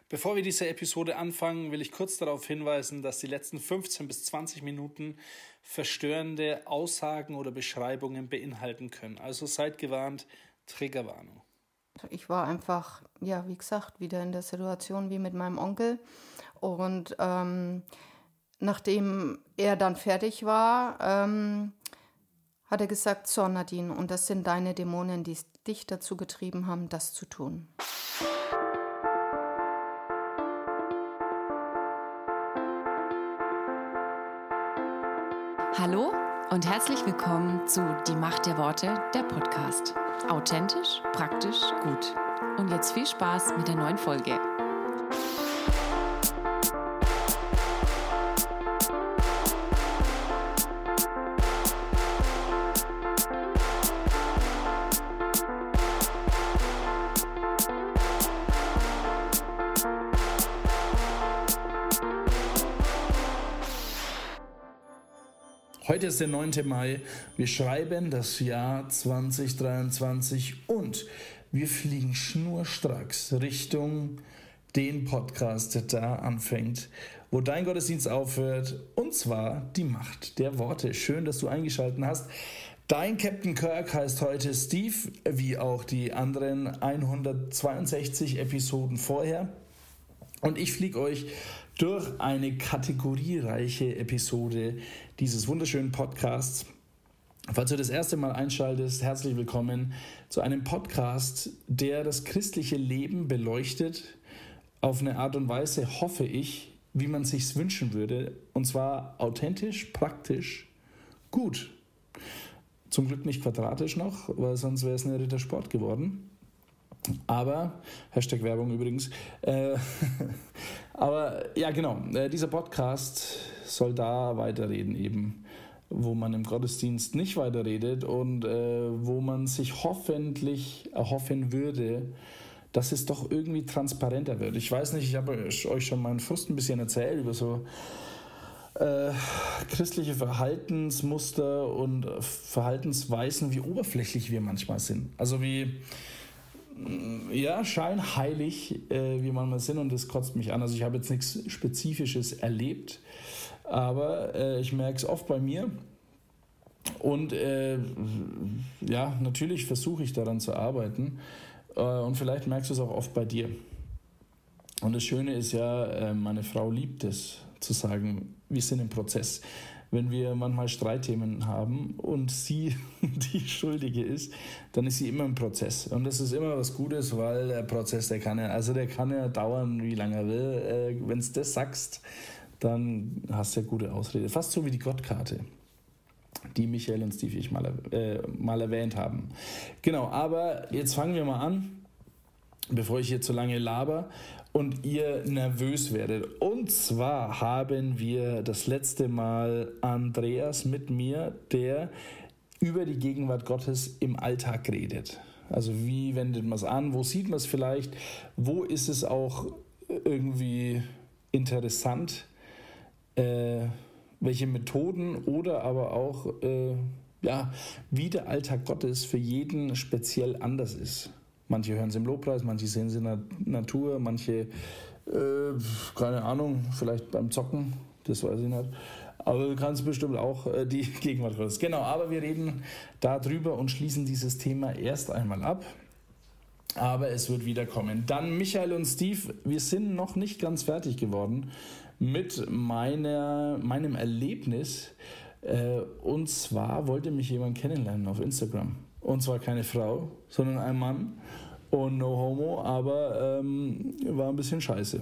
Bevor wir diese Episode anfangen, will ich kurz darauf hinweisen, dass die letzten 15 bis 20 Minuten verstörende Aussagen oder Beschreibungen beinhalten können. Also seid gewarnt, Triggerwarnung. Ich war einfach, ja, wie gesagt, wieder in der Situation wie mit meinem Onkel. Und nachdem er dann fertig war, hat er gesagt, so Nadine, und das sind deine Dämonen, die dich dazu getrieben haben, das zu tun. Hallo und herzlich willkommen zu Die Macht der Worte, der Podcast. Authentisch, praktisch, gut. Und jetzt viel Spaß mit der neuen Folge. Heute ist der 9. Mai, wir schreiben das Jahr 2023 und wir fliegen schnurstracks Richtung den Podcast, der da anfängt, wo dein Gottesdienst aufhört, und zwar die Macht der Worte. Schön, dass du eingeschaltet hast. Dein Captain Kirk heißt heute Steve, wie auch die anderen 162 Episoden vorher. Und ich fliege euch durch eine kategoriereiche Episode dieses wunderschönen Podcasts. Falls du das erste Mal einschaltest, herzlich willkommen zu einem Podcast, der das christliche Leben beleuchtet, auf eine Art und Weise, hoffe ich, wie man es sich wünschen würde. Und zwar authentisch, praktisch, gut. Zum Glück nicht quadratisch noch, weil sonst wäre es ein Rittersport geworden. Aber, Hashtag Werbung übrigens, aber ja genau, dieser Podcast soll da weiterreden eben, wo man im Gottesdienst nicht weiterredet und wo man sich hoffentlich erhoffen würde, dass es doch irgendwie transparenter wird. Ich weiß nicht, ich habe euch schon meinen Frust ein bisschen erzählt über so christliche Verhaltensmuster und Verhaltensweisen, wie oberflächlich wir manchmal sind. Also wie scheinheilig wir manchmal sind, und das kotzt mich an. Also ich habe jetzt nichts Spezifisches erlebt, aber ich merke es oft bei mir und natürlich versuche ich daran zu arbeiten und vielleicht merkst du es auch oft bei dir. Und das Schöne ist ja, meine Frau liebt es zu sagen, wir sind im Prozess. Wenn wir manchmal Streitthemen haben und sie die Schuldige ist, dann ist sie immer im Prozess. Und das ist immer was Gutes, weil der Prozess, der kann ja dauern, wie lange er will. Wenn du das sagst, dann hast du ja gute Ausrede. Fast so wie die Gottkarte, die Michael und Steve mal erwähnt haben. Genau, aber jetzt fangen wir mal an, bevor ich hier zu lange laber und ihr nervös werdet. Und zwar haben wir das letzte Mal Andreas mit mir, der über die Gegenwart Gottes im Alltag redet. Also wie wendet man es an? Wo sieht man es vielleicht? Wo ist es auch irgendwie interessant? Welche Methoden oder aber auch wie der Alltag Gottes für jeden speziell anders ist. Manche hören es im Lobpreis, manche sehen es in der Natur, manche, keine Ahnung, vielleicht beim Zocken, das weiß ich nicht. Aber du kannst bestimmt auch die Gegenwart Gottes. Genau, aber wir reden darüber und schließen dieses Thema erst einmal ab. Aber es wird wieder kommen. Dann Michael und Steve, wir sind noch nicht ganz fertig geworden mit meinem Erlebnis. Und zwar wollte mich jemand kennenlernen auf Instagram. Und zwar keine Frau, sondern ein Mann. Und no homo, aber war ein bisschen scheiße.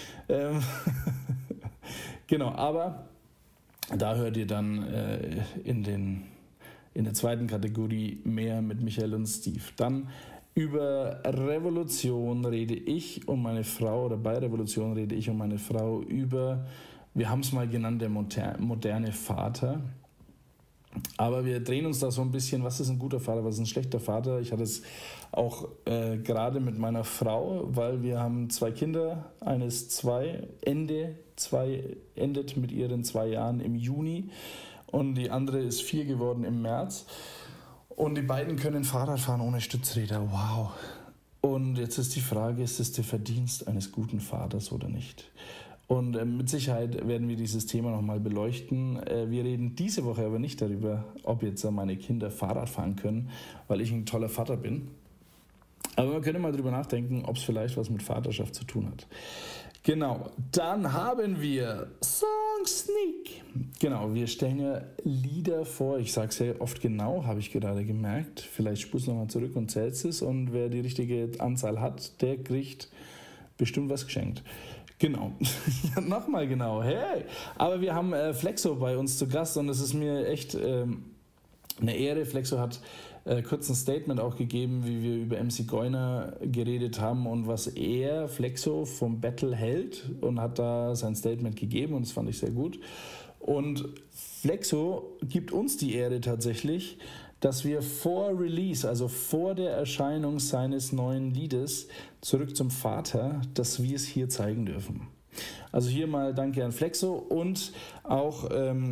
Genau, aber da hört ihr dann in der zweiten Kategorie mehr mit Michael und Steve. Dann über Revolution rede ich und meine Frau, oder bei Revolution rede ich und meine Frau über, wir haben es mal genannt, der moderne Vater. Aber wir drehen uns da so ein bisschen, was ist ein guter Vater, was ist ein schlechter Vater. Ich hatte es auch gerade mit meiner Frau, weil wir haben 2 Kinder, eines 2, endet mit ihren 2 Jahren im Juni und die andere ist 4 geworden im März. Und die beiden können Fahrrad fahren ohne Stützräder, wow. Und jetzt ist die Frage, ist es der Verdienst eines guten Vaters oder nicht? Und mit Sicherheit werden wir dieses Thema nochmal beleuchten. Wir reden diese Woche aber nicht darüber, ob jetzt meine Kinder Fahrrad fahren können, weil ich ein toller Vater bin. Aber man könnte mal drüber nachdenken, ob es vielleicht was mit Vaterschaft zu tun hat. Genau, dann haben wir Song Sneak. Genau, wir stellen ja Lieder vor. Ich sage es ja oft genau, habe ich gerade gemerkt. Vielleicht spulst du nochmal zurück und zählst es. Und wer die richtige Anzahl hat, der kriegt bestimmt was geschenkt. Genau, nochmal genau, hey. Aber wir haben Flexo bei uns zu Gast und es ist mir echt eine Ehre. Flexo hat kurz ein Statement auch gegeben, wie wir über MC Goiner geredet haben und was er, Flexo, vom Battle hält und hat da sein Statement gegeben und das fand ich sehr gut. Und Flexo gibt uns die Ehre tatsächlich, dass wir vor Release, also vor der Erscheinung seines neuen Liedes Zurück zum Vater, dass wir es hier zeigen dürfen. Also hier mal danke an Flexo und auch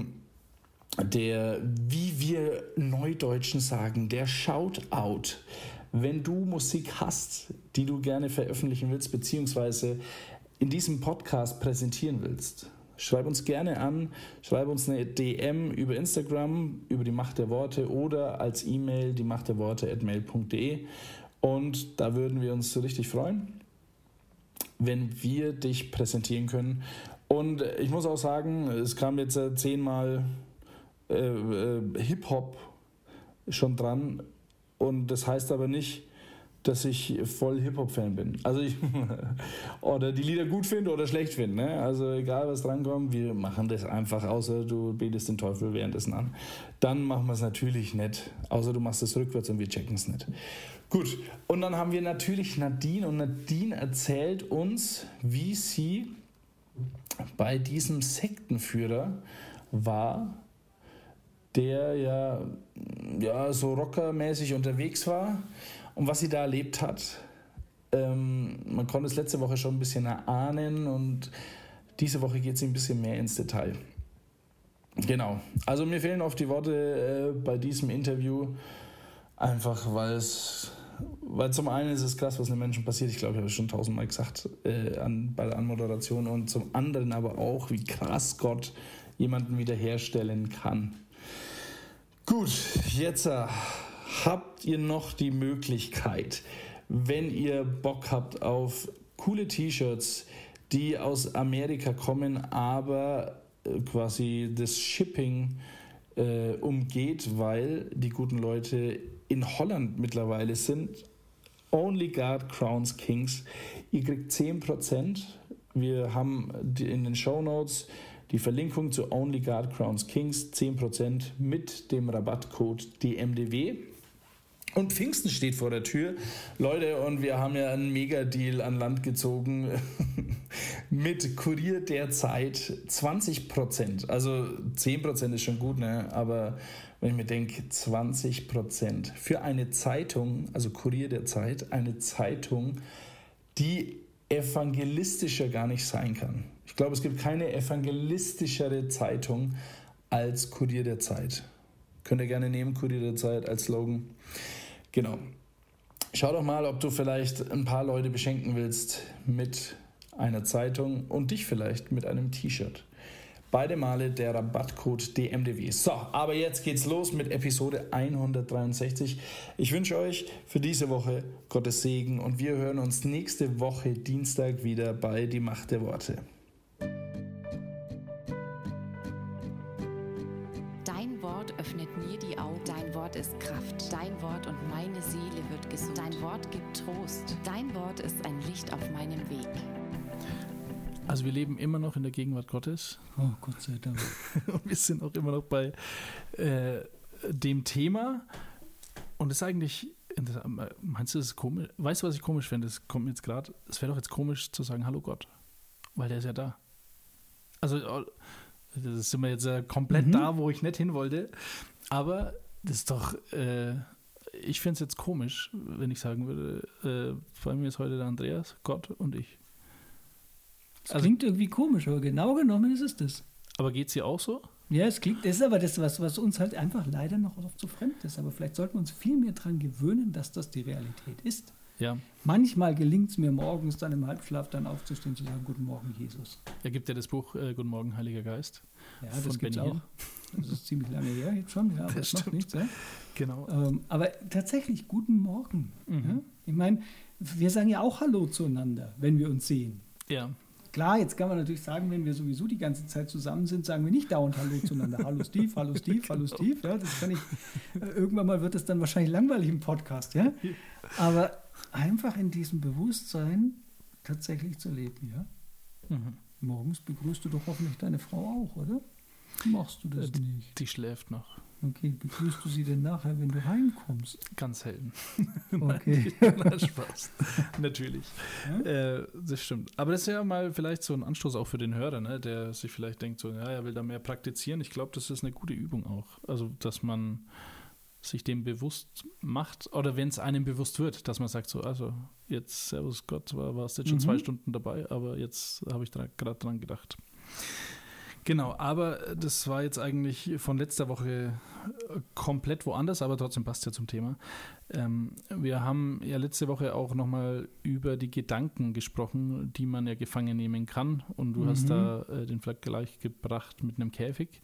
wie wir Neudeutschen sagen, der Shoutout. Wenn du Musik hast, die du gerne veröffentlichen willst, beziehungsweise in diesem Podcast präsentieren willst, schreib uns gerne an, schreib uns eine DM über Instagram, über die Macht der Worte oder als E-Mail diemachtderworte@mail.de und da würden wir uns so richtig freuen, wenn wir dich präsentieren können. Und ich muss auch sagen, es kam jetzt 10-mal Hip-Hop schon dran und das heißt aber nicht, dass ich voll Hip-Hop-Fan bin. Also ich oder die Lieder gut finde oder schlecht finde. Ne? Also egal, was drankommt, wir machen das einfach, außer du betest den Teufel währenddessen an. Dann machen wir es natürlich nicht, außer du machst es rückwärts und wir checken es nicht. Gut, und dann haben wir natürlich Nadine und Nadine erzählt uns, wie sie bei diesem Sektenführer war, der ja so rockermäßig unterwegs war und was sie da erlebt hat. Man konnte es letzte Woche schon ein bisschen erahnen und diese Woche geht sie ein bisschen mehr ins Detail. Genau, also mir fehlen oft die Worte bei diesem Interview, einfach weil zum einen ist es krass, was einem Menschen passiert, ich glaube, ich habe es schon 1000-mal gesagt bei der Anmoderation und zum anderen aber auch, wie krass Gott jemanden wiederherstellen kann. Gut, jetzt habt ihr noch die Möglichkeit, wenn ihr Bock habt auf coole T-Shirts, die aus Amerika kommen, aber quasi das Shipping umgeht, weil die guten Leute in Holland mittlerweile sind. Only God Crowns Kings. Ihr kriegt 10%. Wir haben in den Shownotes die Verlinkung zu Only God Crowns Kings, 10% mit dem Rabattcode DMDW. Und Pfingsten steht vor der Tür. Leute, und wir haben ja einen Mega-Deal an Land gezogen mit Kurier der Zeit 20%. Also 10% ist schon gut, ne? Aber wenn ich mir denke, 20% für eine Zeitung, also Kurier der Zeit, eine Zeitung, die evangelistischer gar nicht sein kann. Ich glaube, es gibt keine evangelistischere Zeitung als Kurier der Zeit. Könnt ihr gerne nehmen, Kurier der Zeit als Slogan. Genau. Schau doch mal, ob du vielleicht ein paar Leute beschenken willst mit einer Zeitung und dich vielleicht mit einem T-Shirt. Beide Male der Rabattcode DMDW. So, aber jetzt geht's los mit Episode 163. Ich wünsche euch für diese Woche Gottes Segen und wir hören uns nächste Woche Dienstag wieder bei Die Macht der Worte. Dein Wort öffnet mir die Augen. Dein Wort ist Kraft. Dein Wort und meine Seele wird gesund. Dein Wort gibt Trost. Dein Wort ist ein Licht auf meinem Weg. Also wir leben immer noch in der Gegenwart Gottes. Oh, Gott sei Dank. Und wir sind auch immer noch bei dem Thema. Und das ist eigentlich, meinst du, das ist komisch? Weißt du, was ich komisch finde? Das kommt mir jetzt gerade, es wäre doch jetzt komisch zu sagen, hallo Gott. Weil der ist ja da. Also, das sind wir jetzt komplett da, wo ich nicht hin wollte. Aber das ist doch, ich finde es jetzt komisch, wenn ich sagen würde, bei mir ist heute der Andreas, Gott und ich. Das klingt irgendwie komisch, aber genau genommen ist es das. Aber geht es dir auch so? Ja, es klingt, das ist aber das, was uns halt einfach leider noch oft so fremd ist. Aber vielleicht sollten wir uns viel mehr daran gewöhnen, dass das die Realität ist. Ja. Manchmal gelingt es mir morgens dann im Halbschlaf dann aufzustehen und zu sagen, guten Morgen, Jesus. Er gibt ja das Buch Guten Morgen, Heiliger Geist. Ja, von das gibt es Ben auch. Das ist ziemlich lange her jetzt schon, ja, aber das macht nichts. Ja? Genau. Aber tatsächlich, guten Morgen. Ja? Ich meine, wir sagen ja auch Hallo zueinander, wenn wir uns sehen. Ja. Klar, jetzt kann man natürlich sagen, wenn wir sowieso die ganze Zeit zusammen sind, sagen wir nicht dauernd Hallo zueinander. Hallo Steve, hallo Steve, hallo Steve. Ja, das kann ich. Irgendwann mal wird es dann wahrscheinlich langweilig im Podcast, ja. Aber einfach in diesem Bewusstsein tatsächlich zu leben, ja. Morgens begrüßt du doch hoffentlich deine Frau auch, oder? Machst du das nicht? Die schläft noch. Okay, begrüßt du sie denn nachher, wenn du heimkommst? Ganz selten. Okay. Nein, Spaß. Natürlich. Ja? Das stimmt. Aber das ist ja mal vielleicht so ein Anstoß auch für den Hörer, ne? Der sich vielleicht denkt, so, ja, er will da mehr praktizieren. Ich glaube, das ist eine gute Übung auch. Also, dass man sich dem bewusst macht oder wenn es einem bewusst wird, dass man sagt so, also jetzt, servus Gott, warst jetzt schon 2 Stunden dabei, aber jetzt habe ich gerade dran gedacht. Genau, aber das war jetzt eigentlich von letzter Woche komplett woanders, aber trotzdem passt ja zum Thema. Wir haben ja letzte Woche auch nochmal über die Gedanken gesprochen, die man ja gefangen nehmen kann, und du hast da den Vergleich gebracht mit einem Käfig.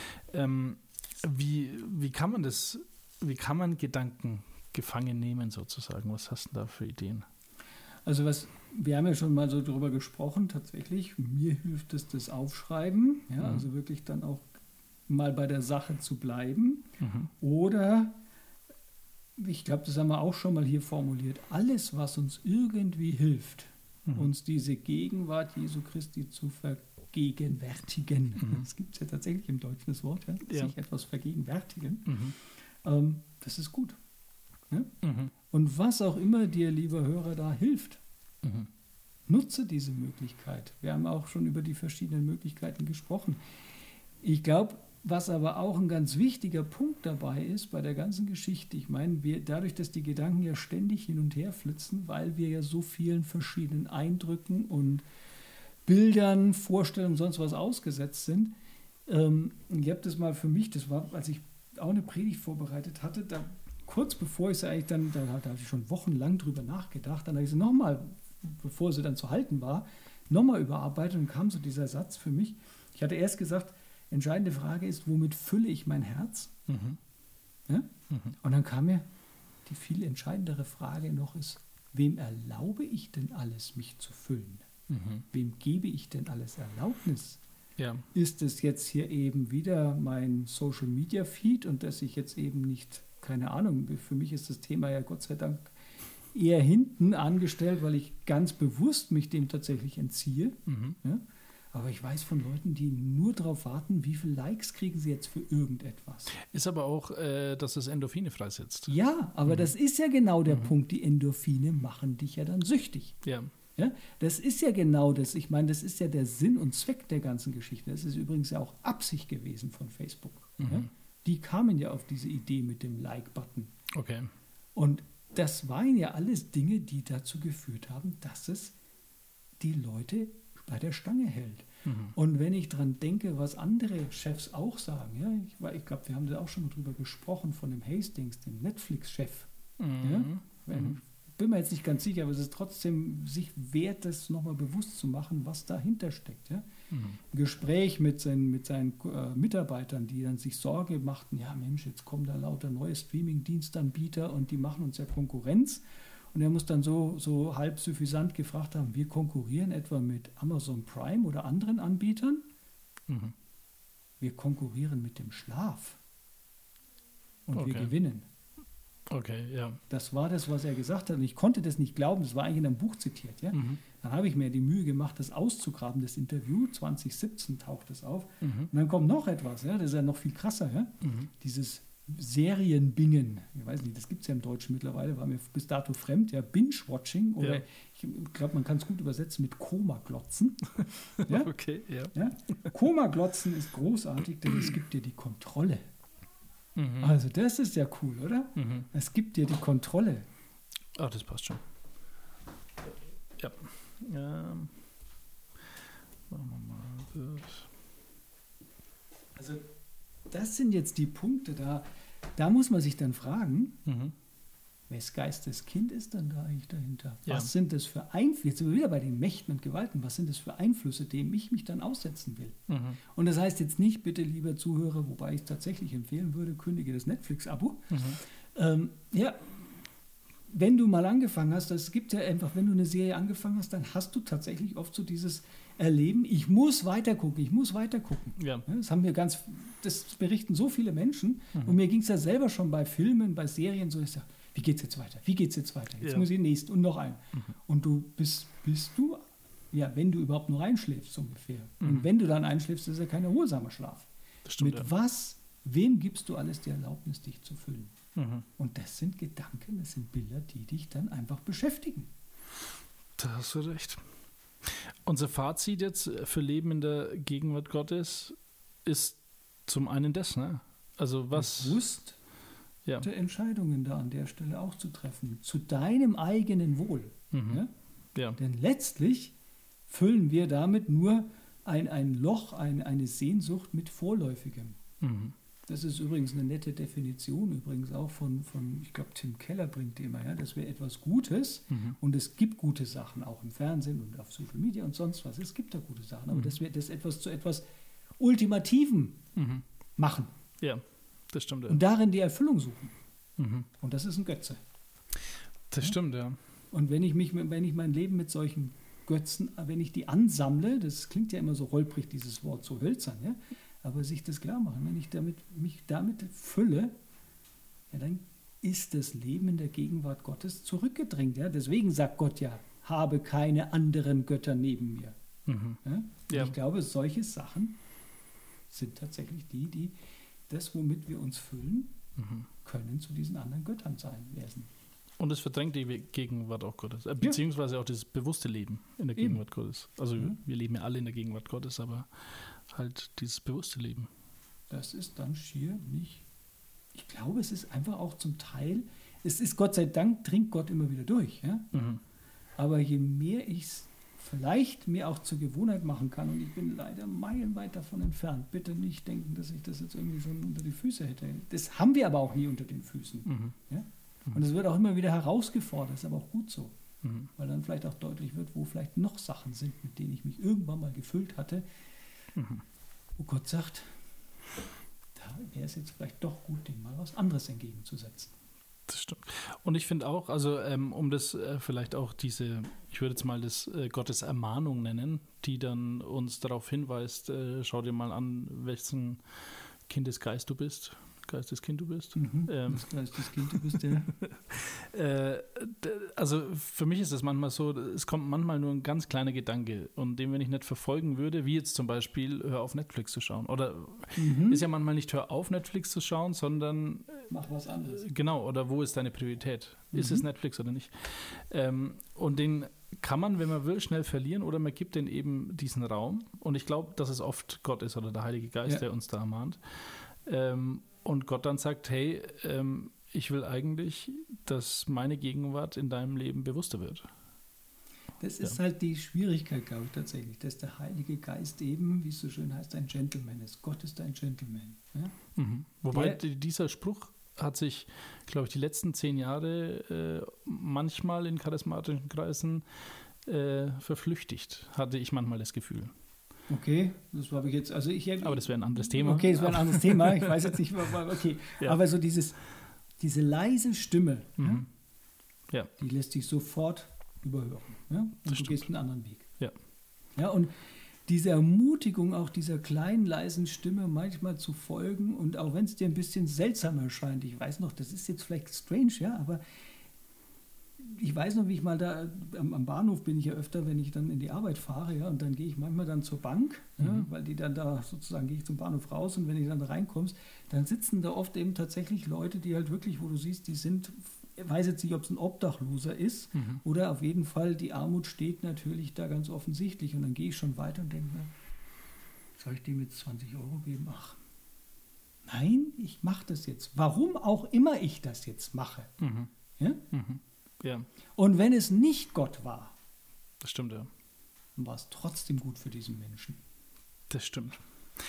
Wie kann man Gedanken gefangen nehmen sozusagen? Was hast du da für Ideen? Also wir haben ja schon mal so drüber gesprochen, tatsächlich, mir hilft es das Aufschreiben, ja, also wirklich dann auch mal bei der Sache zu bleiben. Oder, ich glaube, das haben wir auch schon mal hier formuliert, alles, was uns irgendwie hilft, uns diese Gegenwart Jesu Christi zu vergegenwärtigen. Das gibt es ja tatsächlich im Deutschen das Wort, ja, sich etwas vergegenwärtigen. Das ist gut. Ja? Und was auch immer dir, lieber Hörer, da hilft, nutze diese Möglichkeit. Wir haben auch schon über die verschiedenen Möglichkeiten gesprochen. Ich glaube, was aber auch ein ganz wichtiger Punkt dabei ist bei der ganzen Geschichte, ich meine, dadurch, dass die Gedanken ja ständig hin und her flitzen, weil wir ja so vielen verschiedenen Eindrücken und Bildern, Vorstellungen, sonst was ausgesetzt sind. Ich habe das mal für mich, das war, als ich auch eine Predigt vorbereitet hatte, da kurz bevor ich sie eigentlich dann, da hatte ich schon wochenlang drüber nachgedacht, dann habe ich sie nochmal, bevor sie dann zu halten war, nochmal überarbeitet und kam so dieser Satz für mich. Ich hatte erst gesagt, entscheidende Frage ist, womit fülle ich mein Herz? Ja? Und dann kam mir die viel entscheidendere Frage noch ist, wem erlaube ich denn alles, mich zu füllen? Wem gebe ich denn alles Erlaubnis? Ja. Ist es jetzt hier eben wieder mein Social Media Feed und dass ich jetzt eben nicht, keine Ahnung, für mich ist das Thema ja Gott sei Dank eher hinten angestellt, weil ich ganz bewusst mich dem tatsächlich entziehe. Ja? Aber ich weiß von Leuten, die nur darauf warten, wie viele Likes kriegen sie jetzt für irgendetwas. Ist aber auch, dass es Endorphine freisetzt. Ja, aber das ist ja genau der Punkt. Die Endorphine machen dich ja dann süchtig. Ja. Ja, das ist ja genau das. Ich meine, das ist ja der Sinn und Zweck der ganzen Geschichte. Das ist übrigens ja auch Absicht gewesen von Facebook. Ja? Die kamen ja auf diese Idee mit dem Like-Button. Okay. Und das waren ja alles Dinge, die dazu geführt haben, dass es die Leute bei der Stange hält. Und wenn ich dran denke, was andere Chefs auch sagen, ja, ich glaube, wir haben da auch schon mal drüber gesprochen, von dem Hastings, dem Netflix-Chef. Ja? Bin mir jetzt nicht ganz sicher, aber es ist trotzdem sich wert, das nochmal bewusst zu machen, was dahinter steckt. Ja? Ein Gespräch mit seinen Mitarbeitern, die dann sich Sorge machten, ja Mensch, jetzt kommen da lauter neue Streaming-Dienstanbieter und die machen uns ja Konkurrenz. Und er muss dann so halb suffisant gefragt haben, wir konkurrieren etwa mit Amazon Prime oder anderen Anbietern? Wir konkurrieren mit dem Schlaf. Und wir gewinnen. Okay, ja. Das war das, was er gesagt hat. Und ich konnte das nicht glauben. Das war eigentlich in einem Buch zitiert. Ja? Dann habe ich mir die Mühe gemacht, das auszugraben, das Interview. 2017 taucht es auf. Und dann kommt noch etwas. Ja? Das ist ja noch viel krasser. Ja? Dieses Serienbingen. Ich weiß nicht, das gibt es ja im Deutschen mittlerweile. War mir bis dato fremd. Ja? Binge-Watching. Oder ich glaube, man kann es gut übersetzen mit Koma-Glotzen. Ja? Okay, ja. Ja? Koma-Glotzen ist großartig, denn es gibt dir die Kontrolle. Also das ist ja cool, oder? Es gibt dir die Kontrolle. Ah, das passt schon. Ja. Machen wir mal das. Also das sind jetzt die Punkte, da muss man sich dann fragen, Wes Geistes Kind ist dann da eigentlich dahinter? Ja. Was sind das für Einflüsse? Jetzt sind wir wieder bei den Mächten und Gewalten. Was sind das für Einflüsse, denen ich mich dann aussetzen will? Und das heißt jetzt nicht, bitte, lieber Zuhörer, wobei ich es tatsächlich empfehlen würde, kündige das Netflix-Abo. Wenn du mal angefangen hast, das gibt ja einfach, wenn du eine Serie angefangen hast, dann hast du tatsächlich oft so dieses Erleben, ich muss weitergucken. Ja. Das berichten so viele Menschen. Und mir ging es ja selber schon bei Filmen, bei Serien so, ich sage, wie geht's jetzt weiter? Jetzt muss ich nächsten und noch einen. Und du bist du, ja, wenn du überhaupt nur einschläfst, so ungefähr. Und wenn du dann einschläfst, ist ja kein erholsamer Schlaf. Das stimmt, Wem gibst du alles die Erlaubnis, dich zu füllen? Und das sind Gedanken, das sind Bilder, die dich dann einfach beschäftigen. Da hast du recht. Unser Fazit jetzt für Leben in der Gegenwart Gottes ist zum einen das, ne? Also was... Bewusst Entscheidungen da an der Stelle auch zu treffen, zu deinem eigenen Wohl. Ja? Denn letztlich füllen wir damit nur ein Loch, eine Sehnsucht mit Vorläufigem. Das ist übrigens eine nette Definition, übrigens auch von ich glaube, Tim Keller bringt die immer her, das wäre etwas Gutes und es gibt gute Sachen, auch im Fernsehen und auf Social Media und sonst was. Es gibt da gute Sachen, aber dass wir das etwas zu etwas Ultimativem machen. Ja, das stimmt. Ja. Und darin die Erfüllung suchen. Und das ist ein Götze. Das stimmt, ja. Und wenn ich mein Leben mit solchen Götzen, wenn ich die ansammle, das klingt ja immer so holprig, dieses Wort, so hölzern, ja, aber sich das klar machen, wenn ich mich damit fülle, ja, dann ist das Leben in der Gegenwart Gottes zurückgedrängt. Ja? Deswegen sagt Gott ja, habe keine anderen Götter neben mir. Ja? Ich glaube, solche Sachen sind tatsächlich die das, womit wir uns füllen, können zu diesen anderen Göttern sein werden. Und es verdrängt die Gegenwart auch Gottes, beziehungsweise auch das bewusste Leben in der Gegenwart Gottes. Also wir leben ja alle in der Gegenwart Gottes, aber halt dieses bewusste Leben. Das ist dann schier nicht. Ich glaube, es ist einfach auch zum Teil, es ist Gott sei Dank, dringt Gott immer wieder durch. Ja? Aber je mehr ich es vielleicht mir auch zur Gewohnheit machen kann, und ich bin leider meilenweit davon entfernt, bitte nicht denken, dass ich das jetzt irgendwie schon unter die Füße hätte. Das haben wir aber auch nie unter den Füßen. Ja? Und es wird auch immer wieder herausgefordert, das ist aber auch gut so. Weil dann vielleicht auch deutlich wird, wo vielleicht noch Sachen sind, mit denen ich mich irgendwann mal gefüllt hatte, wo Gott sagt, da wäre es jetzt vielleicht doch gut, dem mal was anderes entgegenzusetzen. Das stimmt. Und ich finde auch, also um das vielleicht auch ich würde jetzt mal das Gottes Ermahnung nennen, die dann uns darauf hinweist, schau dir mal an, wessen Kindesgeist du bist. Geisteskind du bist. Das Geisteskind du bist, ja. Also für mich ist es manchmal so, es kommt manchmal nur ein ganz kleiner Gedanke und den, wenn ich nicht verfolgen würde, wie jetzt zum Beispiel, hör auf Netflix zu schauen. Oder ist ja manchmal nicht hör auf Netflix zu schauen, sondern mach was anderes. Genau, oder wo ist deine Priorität? Ist es Netflix oder nicht? Und den kann man, wenn man will, schnell verlieren oder man gibt den eben diesen Raum. Und ich glaube, dass es oft Gott ist oder der Heilige Geist, der uns da ermahnt. Und Gott dann sagt, hey, ich will eigentlich, dass meine Gegenwart in deinem Leben bewusster wird. Das ist halt die Schwierigkeit, glaube ich, tatsächlich, dass der Heilige Geist eben, wie es so schön heißt, ein Gentleman ist. Gott ist ein Gentleman. Ja? Wobei dieser Spruch hat sich, glaube ich, die letzten 10 Jahre manchmal in charismatischen Kreisen verflüchtigt, hatte ich manchmal das Gefühl. Okay, das habe ich jetzt, aber das wäre ein anderes Thema. Okay, das wäre ein anderes Thema, ich weiß jetzt nicht, okay. Ja. Aber so diese leise Stimme, die lässt sich sofort überhören. Ja? Und du gehst einen anderen Weg. Ja, und diese Ermutigung auch dieser kleinen, leisen Stimme manchmal zu folgen und auch wenn es dir ein bisschen seltsam erscheint, ich weiß noch, das ist jetzt vielleicht strange, ja, aber ich weiß noch, wie ich mal da am Bahnhof bin ich ja öfter, wenn ich dann in die Arbeit fahre, ja, und dann gehe ich manchmal dann zur Bank, weil die dann da sozusagen, gehe ich zum Bahnhof raus und wenn ich dann da reinkommst, dann sitzen da oft eben tatsächlich Leute, die halt wirklich, wo du siehst, die sind, ich weiß jetzt nicht, ob es ein Obdachloser ist oder auf jeden Fall, die Armut steht natürlich da ganz offensichtlich und dann gehe ich schon weiter und denke mir, soll ich dem jetzt 20 € geben? Ach, nein, ich mache das jetzt. Warum auch immer ich das jetzt mache. Ja? Ja. Und wenn es nicht Gott war, das stimmt, ja, dann war es trotzdem gut für diesen Menschen. Das stimmt.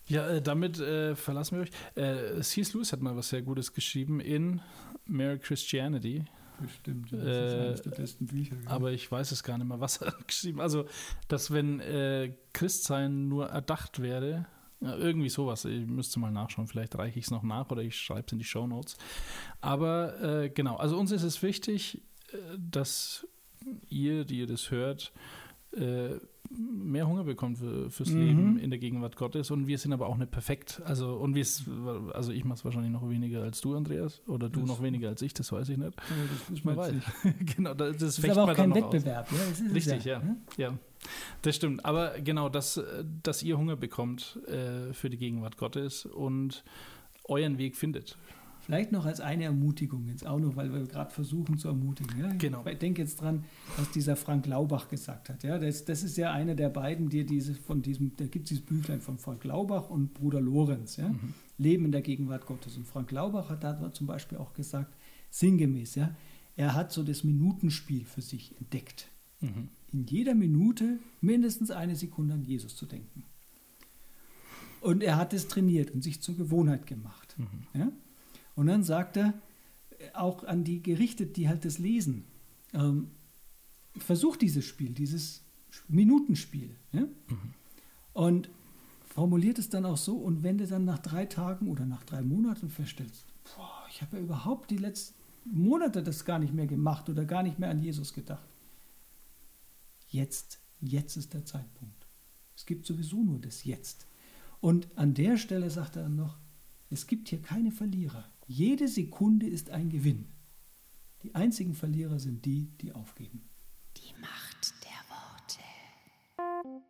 Ja, damit verlassen wir euch. C.S. Lewis hat mal was sehr Gutes geschrieben in Mere Christianity. Bestimmt, das ist eines der besten Bücher. Ja. Aber ich weiß es gar nicht mehr, was er geschrieben hat. Also, dass wenn Christsein nur erdacht wäre, ja, irgendwie sowas, ich müsste mal nachschauen, vielleicht reiche ich es noch nach oder ich schreibe es in die Shownotes. Aber genau, also uns ist es wichtig, dass ihr, die ihr das hört, mehr Hunger bekommt fürs Leben in der Gegenwart Gottes, und wir sind aber auch nicht perfekt. Also ich mache es wahrscheinlich noch weniger als du, Andreas, oder du noch weniger als ich, das weiß ich nicht. Ja, das muss man weiß. Genau, das ist aber auch kein Wettbewerb. Ja, das ist richtig, ja. Das stimmt. Aber genau, dass ihr Hunger bekommt für die Gegenwart Gottes und euren Weg findet. Vielleicht noch als eine Ermutigung, jetzt auch noch, weil wir gerade versuchen zu ermutigen. Ja? Genau. Ich denke jetzt dran, was dieser Frank Laubach gesagt hat. Ja? Das ist ja einer der beiden, da gibt es dieses Büchlein von Frank Laubach und Bruder Lorenz. Ja? Leben in der Gegenwart Gottes. Und Frank Laubach hat da zum Beispiel auch gesagt, sinngemäß, ja, er hat so das Minutenspiel für sich entdeckt. In jeder Minute mindestens eine Sekunde an Jesus zu denken. Und er hat es trainiert und sich zur Gewohnheit gemacht. Ja? Und dann sagt er, auch an die gerichtet, die halt das lesen, versucht dieses Spiel, dieses Minutenspiel. Ja? Und formuliert es dann auch so, und wenn du dann nach 3 Tagen oder nach 3 Monaten feststellst, ich habe ja überhaupt die letzten Monate das gar nicht mehr gemacht oder gar nicht mehr an Jesus gedacht. Jetzt ist der Zeitpunkt. Es gibt sowieso nur das Jetzt. Und an der Stelle sagt er dann noch, es gibt hier keine Verlierer. Jede Sekunde ist ein Gewinn. Die einzigen Verlierer sind die, die aufgeben. Die Macht der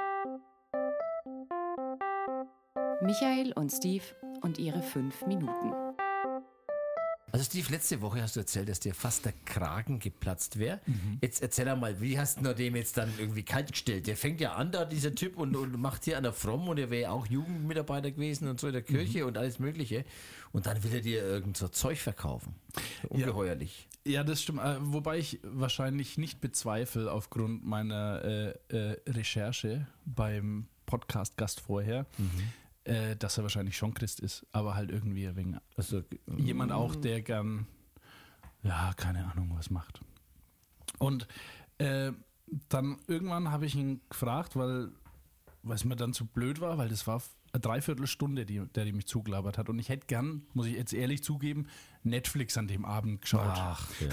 Worte. Michael und Steve und ihre 5 Minuten. Also Steve, letzte Woche hast du erzählt, dass dir fast der Kragen geplatzt wäre. Jetzt erzähl einmal, wie hast du dem jetzt dann irgendwie kalt gestellt? Der fängt ja an da, dieser Typ, und macht hier an der Fromm, und er wäre ja auch Jugendmitarbeiter gewesen und so in der Kirche und alles Mögliche. Und dann will er dir irgend so Zeug verkaufen. Ungeheuerlich. Ja, das stimmt. Wobei ich wahrscheinlich nicht bezweifle, aufgrund meiner Recherche beim Podcast-Gast vorher, dass er wahrscheinlich schon Christ ist, aber halt irgendwie ein wenig, jemand auch, der gern, keine Ahnung, was macht. Und dann irgendwann habe ich ihn gefragt, weil es mir dann zu blöd war, weil das war eine Dreiviertelstunde, der mich zugelabert hat, und ich hätte gern, muss ich jetzt ehrlich zugeben, Netflix an dem Abend geschaut. Ach, ja.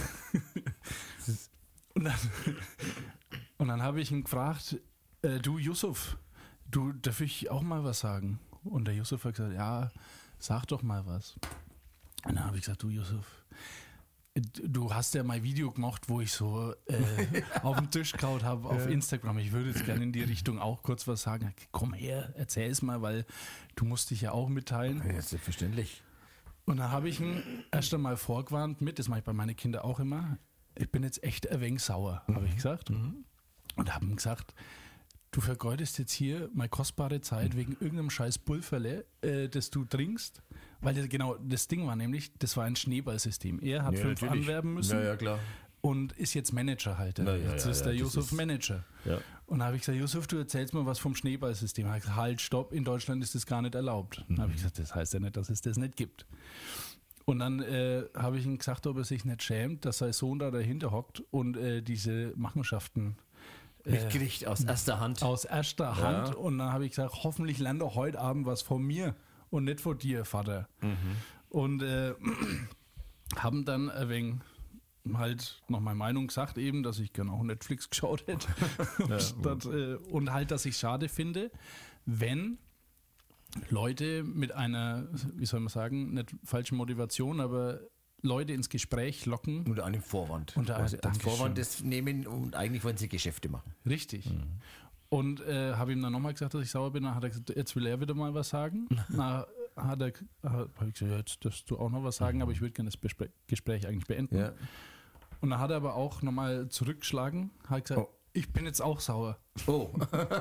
Und dann habe ich ihn gefragt, du Yusuf, darf ich auch mal was sagen? Und der Yusuf hat gesagt, ja, sag doch mal was. Und dann habe ich gesagt, du Yusuf, du hast ja mein Video gemacht, wo ich so auf den Tisch gehauen habe auf Instagram. Ich würde jetzt gerne in die Richtung auch kurz was sagen. Komm her, erzähl es mal, weil du musst dich ja auch mitteilen. Ja, selbstverständlich. Und dann habe ich ihn erst einmal vorgewarnt das mache ich bei meinen Kindern auch immer, ich bin jetzt echt ein wenig sauer, habe ich gesagt. Und habe ihm gesagt, du vergeudest jetzt hier meine kostbare Zeit wegen irgendeinem scheiß Pulverle, das du trinkst, weil das Ding war nämlich, das war ein Schneeballsystem. Er hat 5 anwerben müssen klar. und ist jetzt Manager halt. Jetzt ist der Yusuf Manager. Ja. Und da habe ich gesagt, Yusuf, du erzählst mir was vom Schneeballsystem. Er hat gesagt, halt, stopp, in Deutschland ist das gar nicht erlaubt. Dann habe ich gesagt, das heißt ja nicht, dass es das nicht gibt. Und dann habe ich ihm gesagt, ob er sich nicht schämt, dass sein Sohn da dahinter hockt und diese Machenschaften mitkriegt aus erster Hand. Aus erster Hand. Und dann habe ich gesagt, hoffentlich lernt er heute Abend was von mir und nicht von dir, Vater. Und haben dann ein wenig halt noch meine Meinung gesagt, eben, dass ich gerne auch Netflix geschaut hätte. Und halt, dass ich schade finde, wenn Leute mit einer, wie soll man sagen, nicht falschen Motivation, aber Leute ins Gespräch locken. Unter einem Vorwand. Als Vorwand das nehmen, und eigentlich wollen sie Geschäfte machen. Richtig. Und habe ihm dann nochmal gesagt, dass ich sauer bin. Dann hat er gesagt, jetzt will er wieder mal was sagen. Habe ich gesagt, jetzt darfst du auch noch was sagen, aber ich würde gerne das Gespräch eigentlich beenden. Ja. Und dann hat er aber auch nochmal zurückgeschlagen, hat gesagt, ich bin jetzt auch sauer. Oh.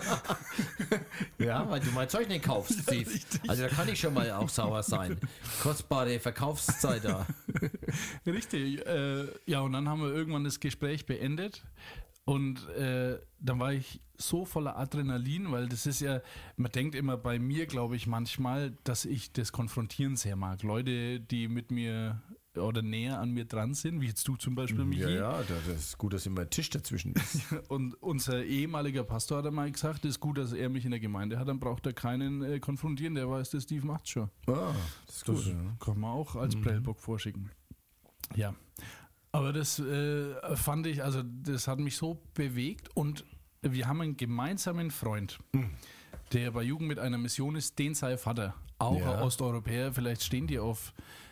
Ja, weil du mein Zeug nicht kaufst, Steve. Also da kann ich schon mal auch sauer sein. Kostbare Verkaufszeit da. Richtig. Ja, und dann haben wir irgendwann das Gespräch beendet. Und dann war ich so voller Adrenalin, weil das ist ja, man denkt immer bei mir, glaube ich, manchmal, dass ich das Konfrontieren sehr mag. Leute, die mit mir oder näher an mir dran sind, wie jetzt du zum Beispiel, Michi. Ja, das ist gut, dass immer ein Tisch dazwischen ist. Und unser ehemaliger Pastor hat einmal gesagt, es ist gut, dass er mich in der Gemeinde hat, dann braucht er keinen konfrontieren, der weiß, der Steve macht's schon. Ah, das ist gut. Das kann man auch als Prellbock vorschicken. Ja, aber das fand ich, also das hat mich so bewegt und wir haben einen gemeinsamen Freund, der bei Jugend mit einer Mission ist, den sei Vater. Auch ein Osteuropäer, vielleicht stehen die auf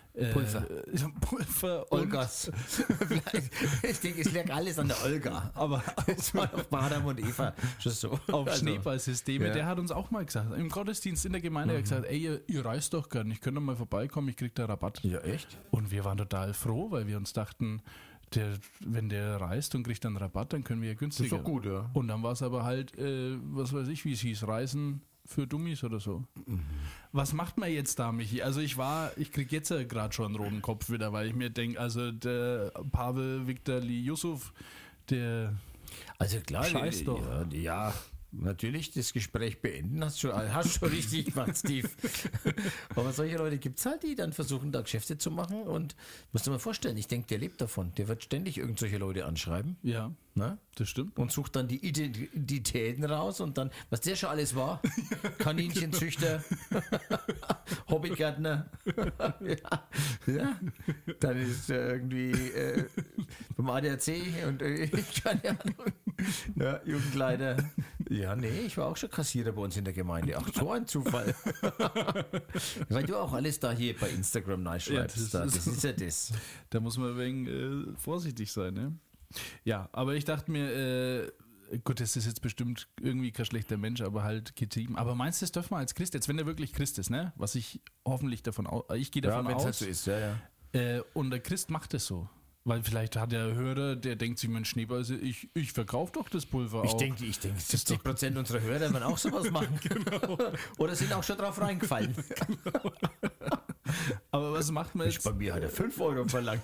Pulver. Olgas. Ich denke, es liegt alles an der Olga. Aber es war auf Adam und Eva schon so. Auf Schneeballsysteme. Der hat uns auch mal gesagt, im Gottesdienst in der Gemeinde hat er gesagt, ey, ihr reist doch gern, ich könnte doch mal vorbeikommen, ich krieg da Rabatt. Ja, echt? Und wir waren total froh, weil wir uns dachten, wenn der reist und kriegt dann Rabatt, dann können wir ja günstiger. Das ist doch gut, ja. Und dann war es aber halt, was weiß ich, wie es hieß, Reisen für Dummies oder so. Was macht man jetzt da, Michi? Also ich kriege jetzt ja gerade schon einen roten Kopf wieder, weil ich mir denke, also der Pavel Viktorli Yusuf, der also klar, scheiß doch. Ja, natürlich das Gespräch beenden, hast schon richtig gemacht, Steve. Aber solche Leute gibt es halt, die dann versuchen, da Geschäfte zu machen und musst du dir mal vorstellen, ich denke, der lebt davon. Der wird ständig irgendwelche Leute anschreiben. Ja, ne? Das stimmt. Und sucht dann die Identitäten raus und dann, was der schon alles war, Kaninchenzüchter, Hobbygärtner, ja, dann ist irgendwie beim ADAC und keine Ahnung, ja, Jugendleiter. Ja, nee, ich war auch schon Kassierer bei uns in der Gemeinde. Ach, so ein Zufall. Weil du auch alles da hier bei Instagram reinschreibst. Ja, das ist ja das. Da muss man ein wenig vorsichtig sein, ne? Ja, aber ich dachte mir, gut, das ist jetzt bestimmt irgendwie kein schlechter Mensch, aber halt getrieben. Aber meinst du, das dürfen wir als Christ, jetzt wenn er wirklich Christ ist, ne? Was ich hoffentlich davon ich gehe davon aus. Halt so ist, ja. Und der Christ macht es so. Weil vielleicht hat der Hörer, der denkt sich, Mensch, Schneeball, ich verkaufe doch das Pulver auch. Ich denke, 70% unserer Hörer werden auch sowas machen. Genau. Oder sind auch schon drauf reingefallen. Genau. Aber was macht man jetzt? Bei mir hat er 5 Euro verlangt.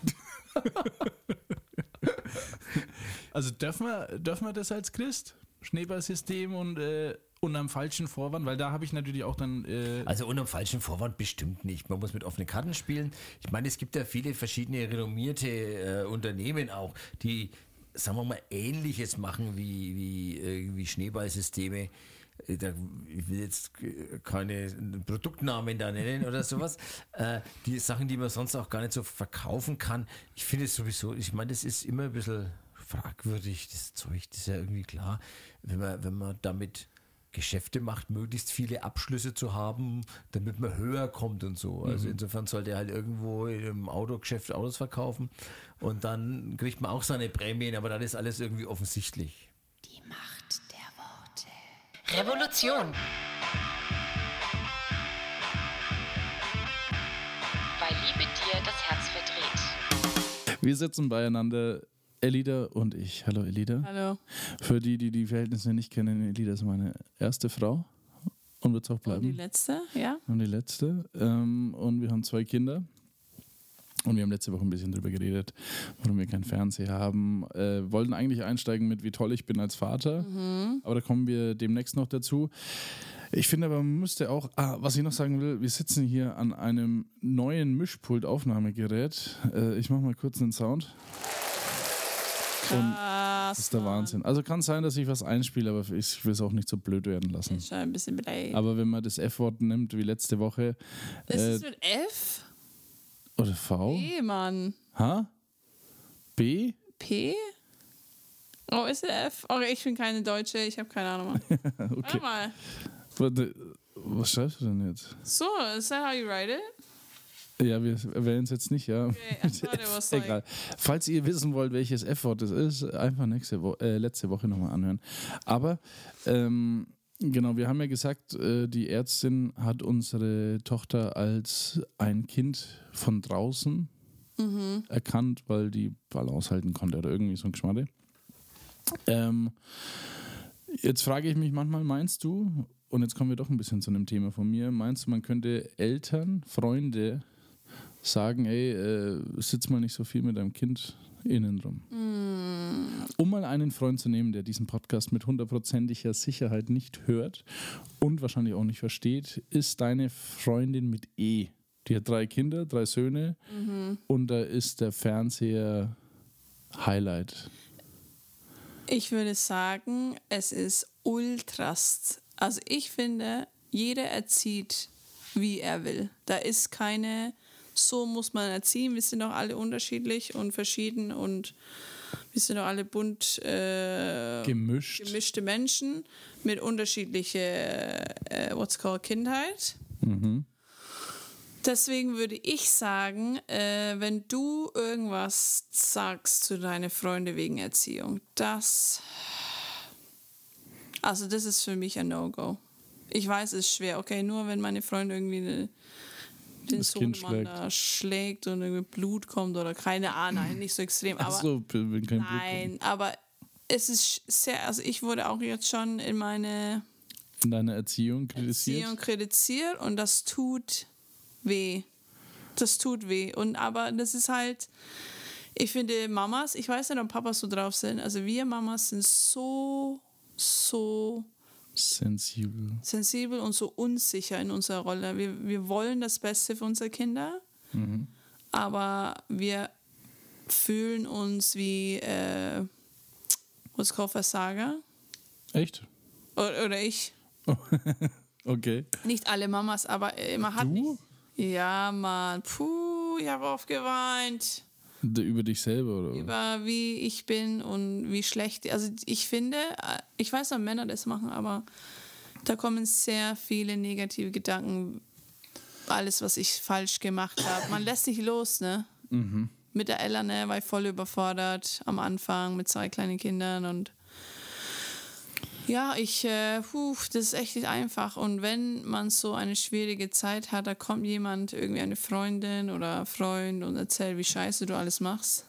Also dürfen wir das als Christ? Schneeballsystem und am falschen Vorwand, weil da habe ich natürlich auch dann... Also unter dem falschen Vorwand bestimmt nicht. Man muss mit offenen Karten spielen. Ich meine, es gibt ja viele verschiedene renommierte Unternehmen auch, die, sagen wir mal, Ähnliches machen wie Schneeballsysteme. Ich will jetzt keine Produktnamen da nennen oder sowas. Die Sachen, die man sonst auch gar nicht so verkaufen kann. Ich finde es sowieso, ich meine, das ist immer ein bisschen fragwürdig, das Zeug, das ist ja irgendwie klar, wenn man damit Geschäfte macht, möglichst viele Abschlüsse zu haben, damit man höher kommt und so. Also insofern sollte er halt irgendwo im Autogeschäft Autos verkaufen und dann kriegt man auch seine Prämien, aber dann ist alles irgendwie offensichtlich. Die Macht der Worte. Revolution. Weil Liebe dir das Herz verdreht. Wir sitzen beieinander, Elida und ich. Hallo Elida. Hallo. Für die Verhältnisse nicht kennen, Elida ist meine erste Frau und wird es auch bleiben. Und die letzte, ja. Und die letzte. Und wir haben 2 Kinder. Und wir haben letzte Woche ein bisschen drüber geredet, warum wir keinen Fernseher haben. Wollten eigentlich einsteigen mit, wie toll ich bin als Vater. Aber da kommen wir demnächst noch dazu. Ich finde aber, man müsste auch, was ich noch sagen will, wir sitzen hier an einem neuen Mischpult-Aufnahmegerät. Ich mache mal kurz einen Sound. Und das ist der Wahnsinn. Also kann sein, dass ich was einspiele, aber ich will es auch nicht so blöd werden lassen. Ist schon ein bisschen blöd. Aber wenn man das F-Wort nimmt, wie letzte Woche. Ist es mit F? Oder V? B, Mann. H? B? P? Oh, ist es F? Oh, ich bin keine Deutsche, ich habe keine Ahnung. Okay. Warte mal. Was schreibst du denn jetzt? So, is that how you write it? Ja, wir wählen es jetzt nicht, ja. Okay, I thought it was like... Egal. Falls ihr wissen wollt, welches F-Wort das ist, einfach letzte Woche nochmal anhören. Aber, genau, wir haben ja gesagt, die Ärztin hat unsere Tochter als ein Kind von draußen erkannt, weil die Ball aushalten konnte oder irgendwie so ein Geschmarre. Jetzt frage ich mich manchmal, meinst du, und jetzt kommen wir doch ein bisschen zu einem Thema von mir, meinst du, man könnte Eltern, Freunde sagen, ey, sitz mal nicht so viel mit deinem Kind innen rum. Um mal einen Freund zu nehmen, der diesen Podcast mit 100%iger Sicherheit nicht hört und wahrscheinlich auch nicht versteht, ist deine Freundin mit E. Die hat 3 Kinder, 3 Söhne und da ist der Fernseher Highlight. Ich würde sagen, es ist ultrast. Also ich finde, jeder erzieht, wie er will. Da ist keine, so muss man erziehen. Wir sind doch alle unterschiedlich und verschieden und wir sind doch alle bunt gemischte Menschen mit unterschiedlicher Kindheit. Deswegen würde ich sagen, wenn du irgendwas sagst zu deinen Freunden wegen Erziehung, das ist für mich ein No-Go. Ich weiß, es ist schwer. Okay, nur wenn meine Freunde irgendwie den Sohnemann da schlägt und irgendwie Blut kommt oder keine Ahnung, nicht so extrem. Aber so, wenn kein nein, Blut kommt. aber es ist sehr, also ich wurde auch jetzt schon in deiner Erziehung kritisiert und das tut weh. Das tut weh. Und aber das ist halt, ich finde Mamas, ich weiß nicht, ob Papas so drauf sind, also wir Mamas sind so sensibel und so unsicher in unserer Rolle. Wir wollen das Beste für unsere Kinder, aber wir fühlen uns wie Versager. Echt? Oder ich. Okay. Nicht alle Mamas, aber man hat nicht. Ja, Mann. Ich habe oft geweint. Über dich selber, oder? Über wie ich bin und wie schlecht. Also ich finde, ich weiß, dass Männer das machen, aber da kommen sehr viele negative Gedanken. Alles, was ich falsch gemacht habe. Man lässt sich los, ne? Mit der Ella, ne? War ich voll überfordert am Anfang mit 2 kleinen Kindern und ja, das ist echt nicht einfach. Und wenn man so eine schwierige Zeit hat, da kommt jemand, irgendwie eine Freundin oder Freund und erzählt, wie scheiße du alles machst.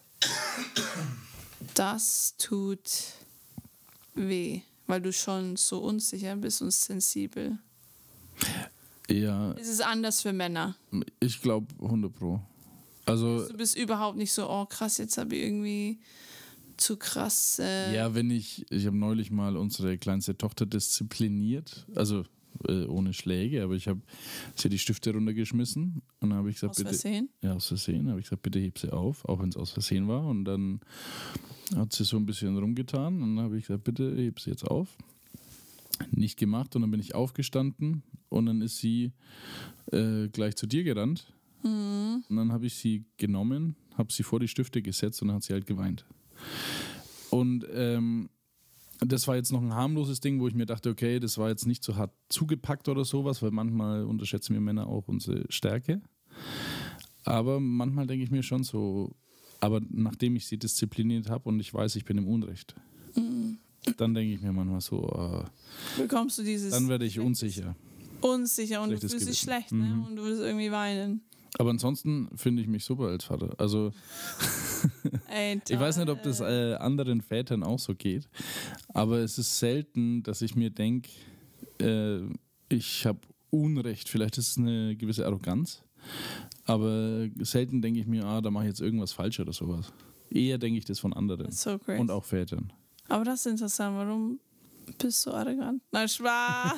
Das tut weh, weil du schon so unsicher bist und sensibel. Ja. Es ist anders für Männer. Ich glaube 100%. Also, du bist überhaupt nicht so, oh krass, jetzt habe ich irgendwie zu krass. Ja, ich habe neulich mal unsere kleinste Tochter diszipliniert, also ohne Schläge, aber ich habe sie die Stifte runtergeschmissen und dann habe ich gesagt, aus Versehen? Ja, aus Versehen, habe ich gesagt, bitte heb sie auf, auch wenn es aus Versehen war, und dann hat sie so ein bisschen rumgetan und dann habe ich gesagt, bitte heb sie jetzt auf. Nicht gemacht und dann bin ich aufgestanden und dann ist sie gleich zu dir gerannt und dann habe ich sie genommen, habe sie vor die Stifte gesetzt und dann hat sie halt geweint. Und das war jetzt noch ein harmloses Ding, wo ich mir dachte, okay, das war jetzt nicht so hart zugepackt oder sowas, weil manchmal unterschätzen wir Männer auch unsere Stärke. Aber manchmal denke ich mir schon so, aber nachdem ich sie diszipliniert habe und ich weiß, ich bin im Unrecht, dann denke ich mir manchmal so, bekommst du dieses... Dann werde ich unsicher. Unsicher und du fühlst dich schlecht, ne? Und du willst irgendwie weinen. Aber ansonsten finde ich mich super als Vater. Also ich weiß nicht, ob das anderen Vätern auch so geht, aber es ist selten, dass ich mir denke, ich habe Unrecht. Vielleicht ist es eine gewisse Arroganz, aber selten denke ich mir, da mache ich jetzt irgendwas falsch oder sowas. Eher denke ich das von anderen so und auch Vätern. Aber das ist interessant. Warum bist du arrogant? Nein, Spaß!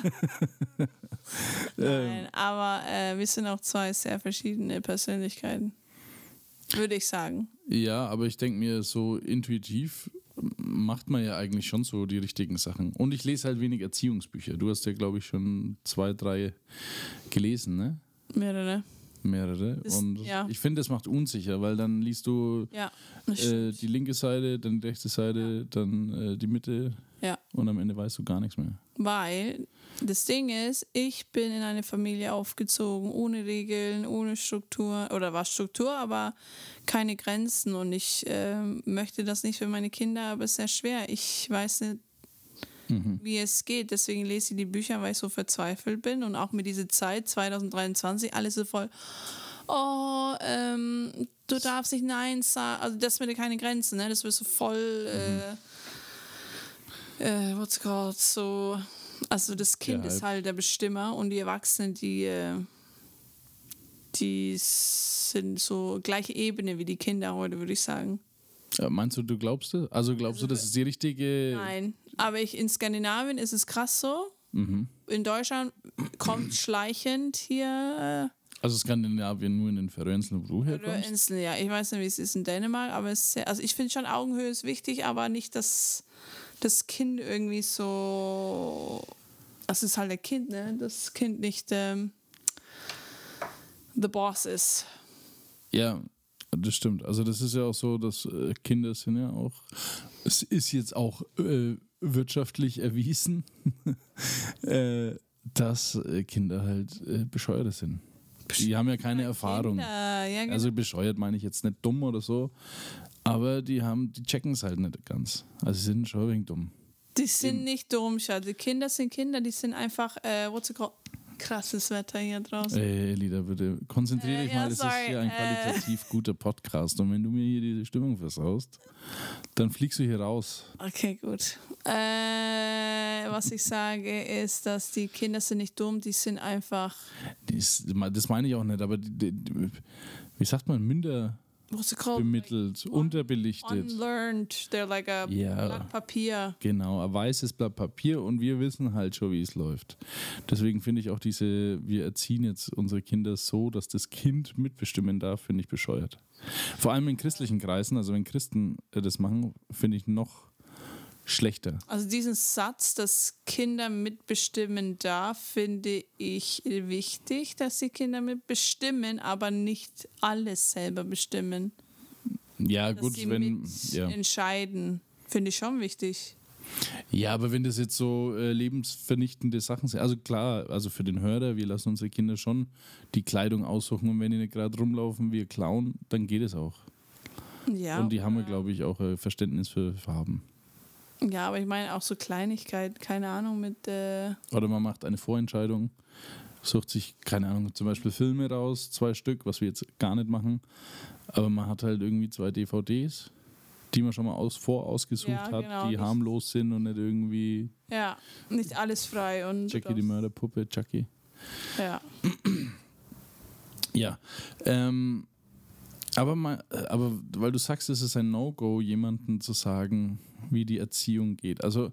Nein, aber wir sind auch 2 sehr verschiedene Persönlichkeiten, würde ich sagen. Ja, aber ich denke mir, so intuitiv macht man ja eigentlich schon so die richtigen Sachen. Und ich lese halt wenig Erziehungsbücher. Du hast ja, glaube ich, schon 2, 3 gelesen, ne? Mehrere. Und ich finde, das macht unsicher, weil dann liest du die linke Seite, dann die rechte Seite, dann die Mitte und am Ende weißt du gar nichts mehr. Weil das Ding ist, ich bin in eine Familie aufgezogen, ohne Regeln, ohne Struktur, oder war Struktur, aber keine Grenzen und ich möchte das nicht für meine Kinder, aber es ist sehr schwer. Ich weiß nicht, wie es geht. Deswegen lese ich die Bücher, weil ich so verzweifelt bin und auch mit dieser Zeit 2023 alles so voll, du darfst nicht Nein sagen, also das mit keine Grenzen, ne? Das wird so voll so, also das Kind ist halt der Bestimmer und die Erwachsenen, die die sind so gleiche Ebene wie die Kinder heute, würde ich sagen. Ja, meinst du, du glaubst das? Also glaubst du, das ist die richtige... Nein, aber in Skandinavien ist es krass so. In Deutschland kommt schleichend hier... Also Skandinavien nur in den Färöerinseln, wo du herkommst? Inseln, ja. Ich weiß nicht, wie es ist in Dänemark, aber also ich finde schon, Augenhöhe ist wichtig, aber nicht, dass das Kind irgendwie so... Das ist halt ein Kind, ne? Das Kind nicht the boss ist. Ja, das stimmt. Also das ist ja auch so, dass Kinder sind ja auch... Es ist jetzt auch wirtschaftlich erwiesen, dass Kinder halt bescheuert sind. Die haben ja keine Erfahrung. Ja, genau. Also bescheuert meine ich jetzt nicht dumm oder so, aber die checken es halt nicht ganz. Also sie sind schon ein wenig dumm. Die sind nicht dumm, Schatz. Die Kinder sind Kinder, die sind einfach, krasses Wetter hier draußen. Elida, bitte konzentriere dich mal, das ist hier ein qualitativ guter Podcast und wenn du mir hier die Stimmung versaust, dann fliegst du hier raus. Okay, gut. Was ich sage ist, dass die Kinder sind nicht dumm, die sind einfach... Das meine ich auch nicht, aber wie sagt man, bemittelt, unterbelichtet. Unlearned, they're like a Blatt Papier. Genau, ein weißes Blatt Papier und wir wissen halt schon, wie es läuft. Deswegen finde ich auch wir erziehen jetzt unsere Kinder so, dass das Kind mitbestimmen darf, finde ich bescheuert. Vor allem in christlichen Kreisen, also wenn Christen das machen, finde ich noch schlechter. Also diesen Satz, dass Kinder mitbestimmen darf, finde ich wichtig, dass die Kinder mitbestimmen, aber nicht alles selber bestimmen. Ja, dass gut, sie wenn entscheiden, finde ich schon wichtig. Ja, aber wenn das jetzt so lebensvernichtende Sachen sind, also klar, also für den Hörer, wir lassen unsere Kinder schon die Kleidung aussuchen und wenn die nicht gerade rumlaufen, wir klauen, dann geht es auch. Ja, und die haben wir, glaube ich, auch Verständnis für Farben. Ja, aber ich meine auch so Kleinigkeit, keine Ahnung, mit... Oder man macht eine Vorentscheidung, sucht sich, keine Ahnung, zum Beispiel Filme raus, 2 Stück, was wir jetzt gar nicht machen, aber man hat halt irgendwie 2 DVDs, die man schon mal vorausgesucht hat, genau, die harmlos sind und nicht irgendwie... Ja, nicht alles frei. Und Jackie die Mörderpuppe, Chucky. Ja. Ja, aber weil du sagst, es ist ein No-Go, jemandem zu sagen, wie die Erziehung geht. Also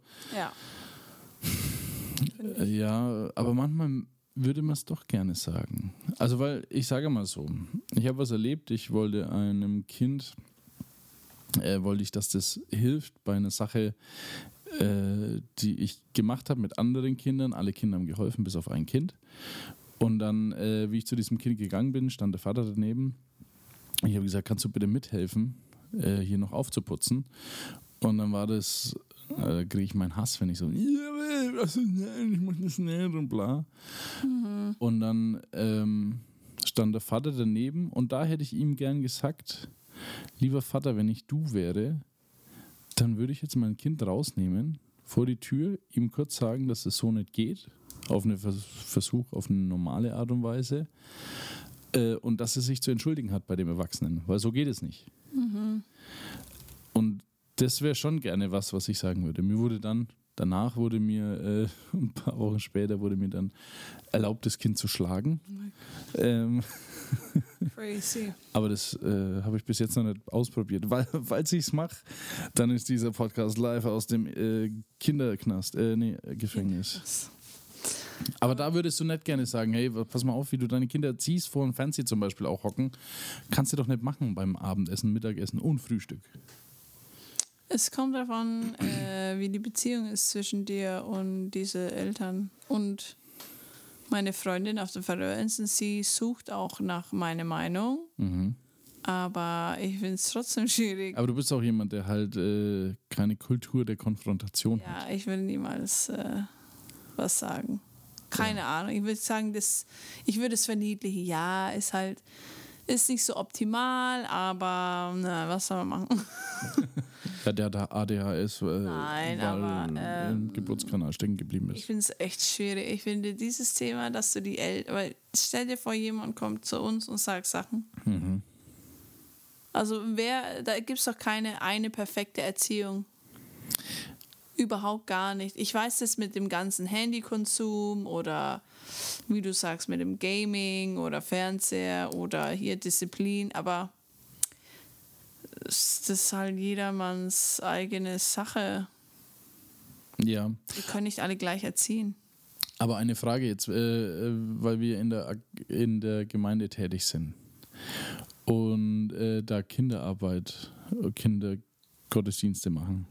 ja, aber manchmal würde man es doch gerne sagen. Also weil, ich sage mal so, ich habe was erlebt, ich wollte einem Kind, dass das hilft bei einer Sache, die ich gemacht habe mit anderen Kindern. Alle Kinder haben geholfen, bis auf ein Kind. Und dann, wie ich zu diesem Kind gegangen bin, stand der Vater daneben. Ich habe gesagt, kannst du bitte mithelfen, hier noch aufzuputzen? Und dann war das, kriege ich meinen Hass, wenn ich so, ich mach das nicht und bla. Mhm. Und dann stand der Vater daneben und da hätte ich ihm gern gesagt, lieber Vater, wenn ich du wäre, dann würde ich jetzt mein Kind rausnehmen, vor die Tür, ihm kurz sagen, dass es so nicht geht, auf einen Versuch, auf eine normale Art und Weise. Und dass er sich zu entschuldigen hat bei dem Erwachsenen, weil so geht es nicht. Mhm. Und das wäre schon gerne was ich sagen würde. Danach wurde mir, ein paar Wochen später, wurde mir dann erlaubt, das Kind zu schlagen. Crazy. Aber das habe ich bis jetzt noch nicht ausprobiert. Falls ich es mache, dann ist dieser Podcast live aus dem Kinderknast, Gefängnis. Aber da würdest du nicht gerne sagen, hey, pass mal auf, wie du deine Kinder erziehst, vor dem Fernsehen zum Beispiel auch hocken. Kannst du doch nicht machen beim Abendessen, Mittagessen und Frühstück. Es kommt davon, wie die Beziehung ist zwischen dir und diese Eltern. Und meine Freundin auf der Färöerinseln, sie sucht auch nach meiner Meinung. Mhm. Aber ich finde es trotzdem schwierig. Aber du bist auch jemand, der halt keine Kultur der Konfrontation hat. Ja, ich will niemals was sagen. Keine Ahnung. Ich würde sagen, ich würde es verniedlichen. Ja, ist nicht so optimal, aber was soll man machen? Ja, der hat ADHS, Nein, weil im Geburtskanal stecken geblieben ist. Ich finde es echt schwierig. Ich finde dieses Thema, dass du die Eltern... Weil stell dir vor, jemand kommt zu uns und sagt Sachen. Mhm. Also da gibt es doch keine eine perfekte Erziehung. Überhaupt gar nicht. Ich weiß das mit dem ganzen Handykonsum oder wie du sagst, mit dem Gaming oder Fernseher oder hier Disziplin, aber das ist halt jedermanns eigene Sache. Ja. Wir können nicht alle gleich erziehen. Aber eine Frage jetzt, weil wir in der Gemeinde tätig sind und da Kindergottesdienste machen.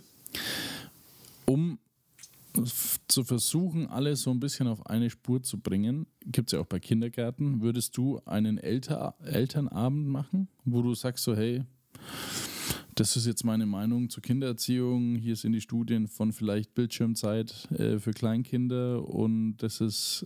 Um zu versuchen, alles so ein bisschen auf eine Spur zu bringen, gibt es ja auch bei Kindergärten, würdest du einen Elternabend machen, wo du sagst so, hey, das ist jetzt meine Meinung zur Kindererziehung, hier sind die Studien von vielleicht Bildschirmzeit für Kleinkinder und das ist,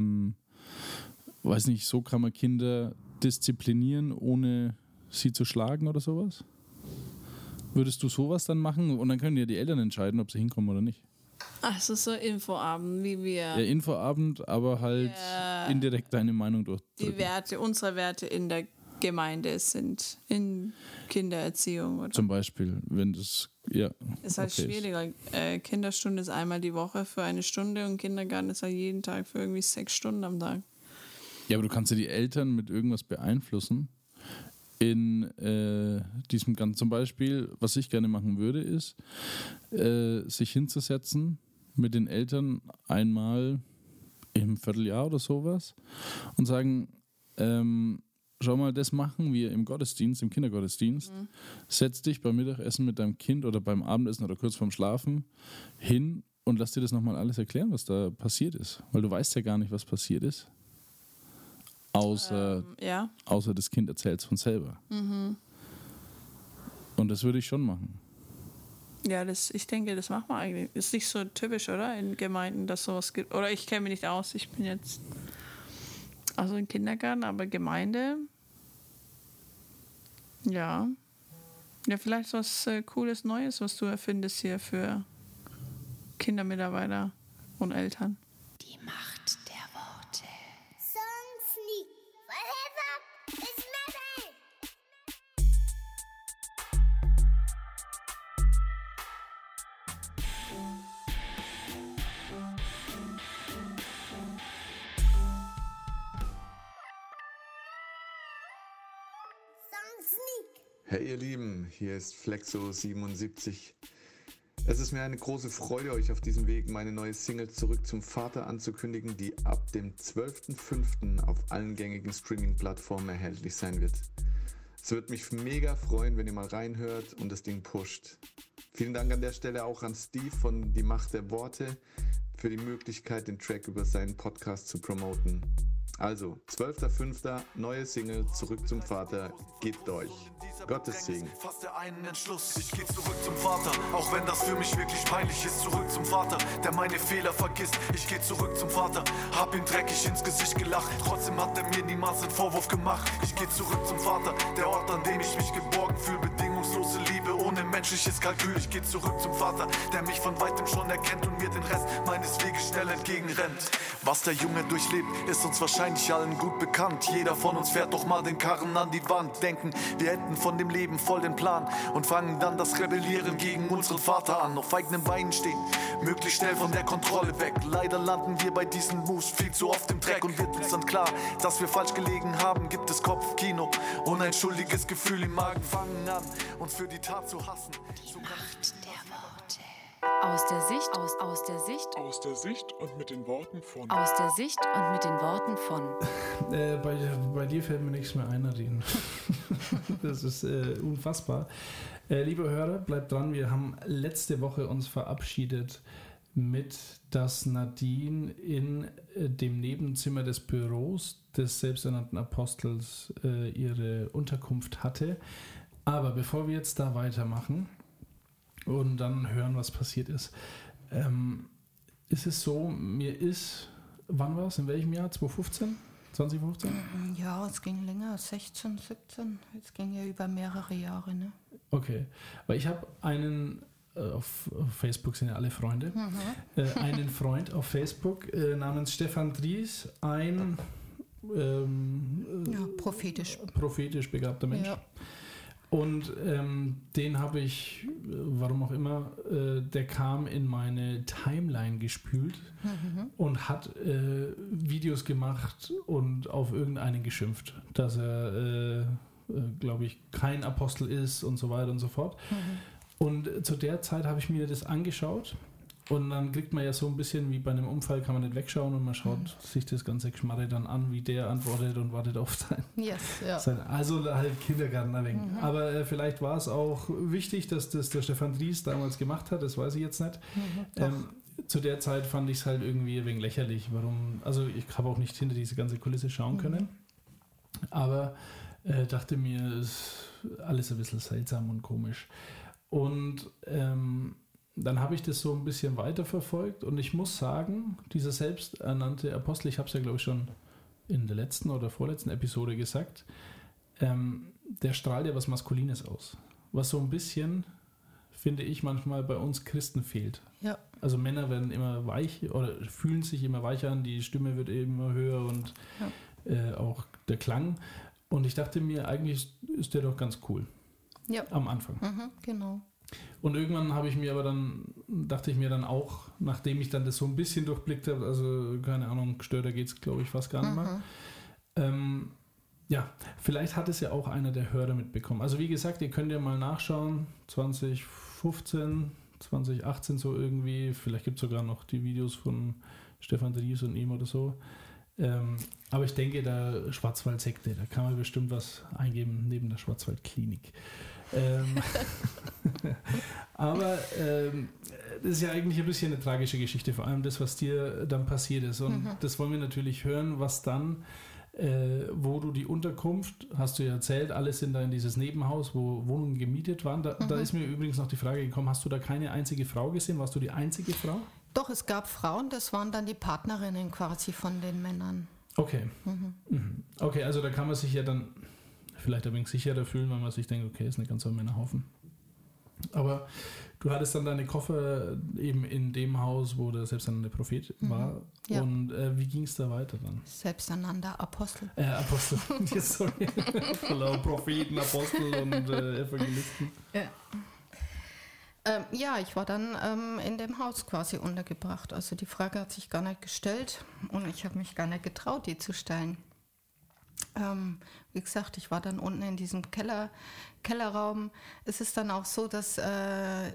weiß nicht, so kann man Kinder disziplinieren, ohne sie zu schlagen oder sowas? Würdest du sowas dann machen und dann können ja die Eltern entscheiden, ob sie hinkommen oder nicht? Ach, es ist so Infoabend, wie wir... Ja, Infoabend, aber halt indirekt deine Meinung durchdrücken. Die Werte, unsere Werte in der Gemeinde sind in Kindererziehung. Oder? Zum Beispiel, wenn das, ja. Ist halt okay schwieriger. Kinderstunde ist einmal die Woche für 1 Stunde und Kindergarten ist halt jeden Tag für irgendwie 6 Stunden am Tag. Ja, aber du kannst ja die Eltern mit irgendwas beeinflussen. In diesem Ganzen zum Beispiel, was ich gerne machen würde, ist, sich hinzusetzen mit den Eltern einmal im Vierteljahr oder sowas und sagen, schau mal, das machen wir im Gottesdienst, im Kindergottesdienst. Setz dich beim Mittagessen mit deinem Kind oder beim Abendessen oder kurz vorm Schlafen hin und lass dir das nochmal alles erklären, was da passiert ist. Weil du weißt ja gar nicht, was passiert ist. Außer das Kind erzählt es von selber. Und das würde ich schon machen. Ja, ich denke, das macht man eigentlich. Ist nicht so typisch, oder? In Gemeinden, dass sowas gibt. Oder ich kenne mich nicht aus. Ich bin jetzt also im Kindergarten, aber Gemeinde. Ja. Ja, vielleicht was Cooles Neues, was du erfindest hier für Kindermitarbeiter und Eltern. Die Macht der Worte. Song Sneak. Forever is metal. Song Sneak. Hey ihr Lieben, hier ist Flexo77. Es ist mir eine große Freude, euch auf diesem Weg meine neue Single Zurück zum Vater anzukündigen, die ab dem 12.05. auf allen gängigen Streaming-Plattformen erhältlich sein wird. Es wird mich mega freuen, wenn ihr mal reinhört und das Ding pusht. Vielen Dank an der Stelle auch an Steve von Die Macht der Worte für die Möglichkeit, den Track über seinen Podcast zu promoten. Also, 12.05. neue Single Zurück zum Vater, gebt euch. Gottes Segen. Fasste einen Entschluss, ich geh zurück zum Vater, auch wenn das für mich wirklich peinlich ist. Zurück zum Vater, der meine Fehler vergisst. Ich geh zurück zum Vater, hab ihm dreckig ins Gesicht gelacht. Trotzdem hat er mir niemals einen Vorwurf gemacht. Ich geh zurück zum Vater, der Ort, an dem ich mich geborgen fühle. Bedingungslose Liebe ohne menschliches Kalkül. Ich geh zurück zum Vater, der mich von weitem schon erkennt und mir den Rest meines Weges schnell entgegenrennt. Was der Junge durchlebt, ist uns wahrscheinlich allen gut bekannt. Jeder von uns fährt doch mal den Karren an die Wand. Denken, wir hätten von dem Leben voll den Plan und fangen dann das Rebellieren gegen unseren Vater an. Auf eigenen Beinen stehen, möglichst schnell von der Kontrolle weg. Leider landen wir bei diesen Moves viel zu oft im Dreck und wird uns dann klar, dass wir falsch gelegen haben. Gibt es Kopfkino, unentschuldiges Gefühl im Magen, fangen an, uns für die Tat zu hassen. Die Macht der Worte. Aus der Sicht, aus der Sicht. Aus der Sicht und mit den Worten von. Aus der Sicht und mit den Worten von. Bei dir fällt mir nichts mehr ein, Nadine. Das ist unfassbar. Liebe Hörer, bleibt dran. Wir haben letzte Woche uns verabschiedet mit, dass Nadine in dem Nebenzimmer des Büros des selbsternannten Apostels ihre Unterkunft hatte. Aber bevor wir jetzt da weitermachen und dann hören, was passiert ist, ist es so, wann war es, in welchem Jahr? 2015? 2015? Ja, es ging länger, 16, 17. Es ging ja über mehrere Jahre, ne? Okay, weil ich habe einen, auf Facebook sind ja alle Freunde, einen Freund auf Facebook namens Stefan Dries, ein prophetisch begabter Mensch. Ja. Und den habe ich, warum auch immer, der kam in meine Timeline gespült und hat Videos gemacht und auf irgendeinen geschimpft, dass er, glaube ich, kein Apostel ist und so weiter und so fort. Und zu der Zeit habe ich mir das angeschaut. Und dann kriegt man ja so ein bisschen wie bei einem Unfall, kann man nicht wegschauen und man schaut sich das ganze Geschmarre dann an, wie der antwortet und wartet auf sein also halt Kindergarten erwähnen. Aber vielleicht war es auch wichtig, dass das der Stefan Dries damals gemacht hat, das weiß ich jetzt nicht. Zu der Zeit fand ich es halt irgendwie ein wenig lächerlich. Warum? Also ich habe auch nicht hinter diese ganze Kulisse schauen können, aber dachte mir, ist alles ein bisschen seltsam und komisch. Und dann habe ich das so ein bisschen weiterverfolgt und ich muss sagen, dieser selbsternannte Apostel, ich habe es ja glaube ich schon in der letzten oder vorletzten Episode gesagt, der strahlt ja was Maskulines aus. Was so ein bisschen, finde ich, manchmal bei uns Christen fehlt. Ja. Also Männer werden immer weich oder fühlen sich immer weicher an, die Stimme wird immer höher und auch der Klang. Und ich dachte mir, eigentlich ist der doch ganz cool. Ja. Am Anfang. Genau. Und irgendwann dachte ich mir dann auch, nachdem ich dann das so ein bisschen durchblickt habe, also keine Ahnung, gestörter geht es glaube ich fast gar nicht mehr. Vielleicht hat es ja auch einer der Hörer mitbekommen. Also wie gesagt, ihr könnt ja mal nachschauen, 2015, 2018 so irgendwie, vielleicht gibt es sogar noch die Videos von Stefan Dries und ihm oder so. Aber ich denke, der Schwarzwaldsekte, da kann man bestimmt was eingeben neben der Schwarzwaldklinik. Aber das ist ja eigentlich ein bisschen eine tragische Geschichte, vor allem das, was dir dann passiert ist. Und das wollen wir natürlich hören, was dann, wo du die Unterkunft, hast du ja erzählt, alle sind da in dieses Nebenhaus, wo Wohnungen gemietet waren. Da ist mir übrigens noch die Frage gekommen, hast du da keine einzige Frau gesehen? Warst du die einzige Frau? Doch, es gab Frauen, das waren dann die Partnerinnen quasi von den Männern. Okay. Okay, also da kann man sich ja dann vielleicht ein wenig sicherer fühlen, weil man sich denkt, okay, ist ein ganzer Männerhaufen. Aber du hattest dann deine Koffer eben in dem Haus, wo der selbsternannte Prophet war. Ja. Und wie ging es da weiter dann? Selbsternannter Apostel. Apostel. Sorry. Propheten, Apostel und Evangelisten. Ja, ich war dann in dem Haus quasi untergebracht. Also die Frage hat sich gar nicht gestellt und ich habe mich gar nicht getraut, die zu stellen. Wie gesagt, ich war dann unten in diesem Kellerraum. Es ist dann auch so, dass er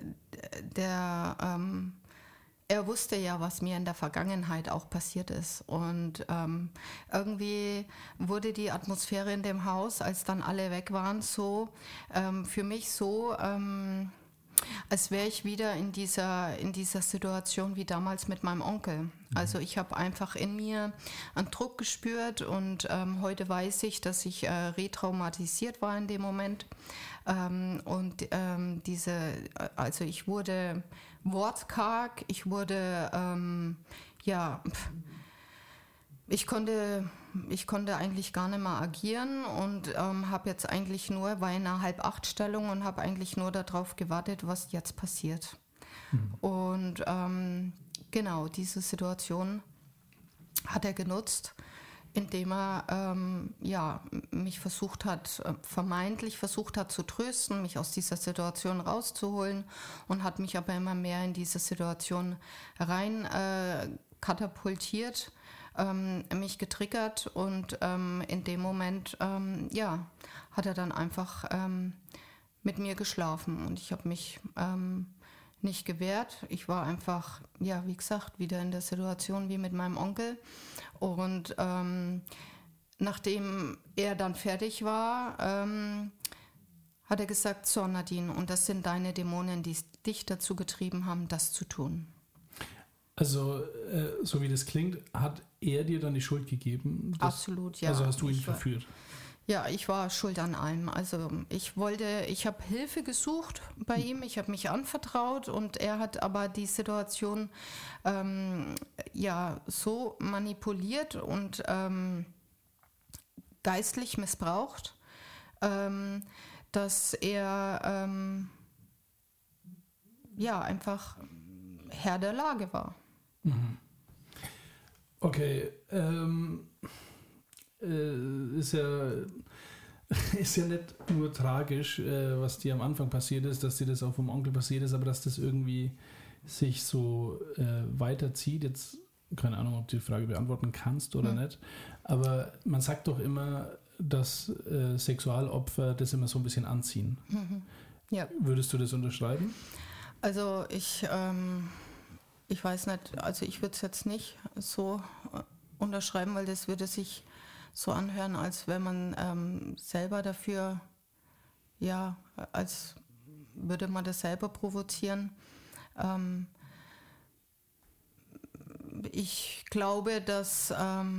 wusste ja, was mir in der Vergangenheit auch passiert ist. Und irgendwie wurde die Atmosphäre in dem Haus, als dann alle weg waren, so für mich so, als wäre ich wieder in dieser Situation wie damals mit meinem Onkel. Also ich habe einfach in mir einen Druck gespürt und heute weiß ich, dass ich retraumatisiert war in dem Moment. Also ich wurde wortkarg, ich wurde, ich konnte eigentlich gar nicht mehr agieren und habe jetzt eigentlich war in einer 7:30-Stellung und habe eigentlich nur darauf gewartet, was jetzt passiert. Und genau, diese Situation hat er genutzt, indem er mich vermeintlich versucht hat zu trösten, mich aus dieser Situation rauszuholen und hat mich aber immer mehr in diese Situation rein katapultiert, mich getriggert und in dem Moment hat er dann einfach mit mir geschlafen und ich habe mich nicht gewehrt. Ich war einfach, wie gesagt, wieder in der Situation wie mit meinem Onkel und nachdem er dann fertig war, hat er gesagt, so Nadine, und das sind deine Dämonen, die dich dazu getrieben haben, das zu tun. Also, so wie das klingt, hat er dir dann die Schuld gegeben? Absolut, ja. Also hast du ihn verführt? Ja, ich war schuld an allem. Also ich habe Hilfe gesucht bei ihm, ich habe mich anvertraut und er hat aber die Situation so manipuliert und geistlich missbraucht, dass er einfach Herr der Lage war. Okay, ist ja ist ja nicht nur tragisch, was dir am Anfang passiert ist, dass dir das auch vom Onkel passiert ist, aber dass das irgendwie sich so weiterzieht. Jetzt, keine Ahnung, ob du die Frage beantworten kannst oder nicht, aber man sagt doch immer, dass Sexualopfer das immer so ein bisschen anziehen. Ja. Würdest du das unterschreiben? Also ich weiß nicht, also ich würde es jetzt nicht so unterschreiben, weil das würde sich so anhören, als wenn man selber dafür, ja, als würde man das selber provozieren. Ich glaube, dass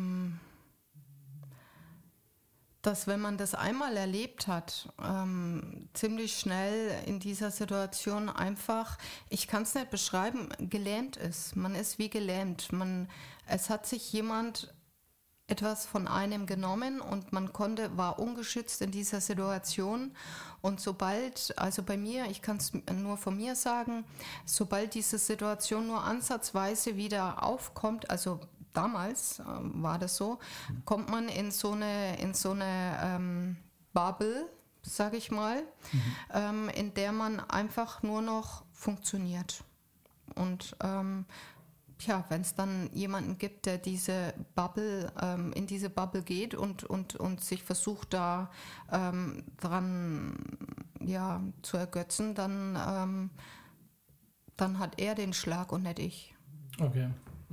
wenn man das einmal erlebt hat, ziemlich schnell in dieser Situation einfach, ich kann es nicht beschreiben, gelähmt ist. Man ist wie gelähmt. Es hat sich jemand etwas von einem genommen und man war ungeschützt in dieser Situation. Und sobald, also bei mir, ich kann es nur von mir sagen, sobald diese Situation nur ansatzweise wieder aufkommt, also damals war das so, kommt man in so eine Bubble, sage ich mal, in der man einfach nur noch funktioniert. Und wenn es dann jemanden gibt, der diese Bubble, in diese Bubble geht und sich versucht, da dran zu ergötzen, dann hat er den Schlag und nicht ich. Okay.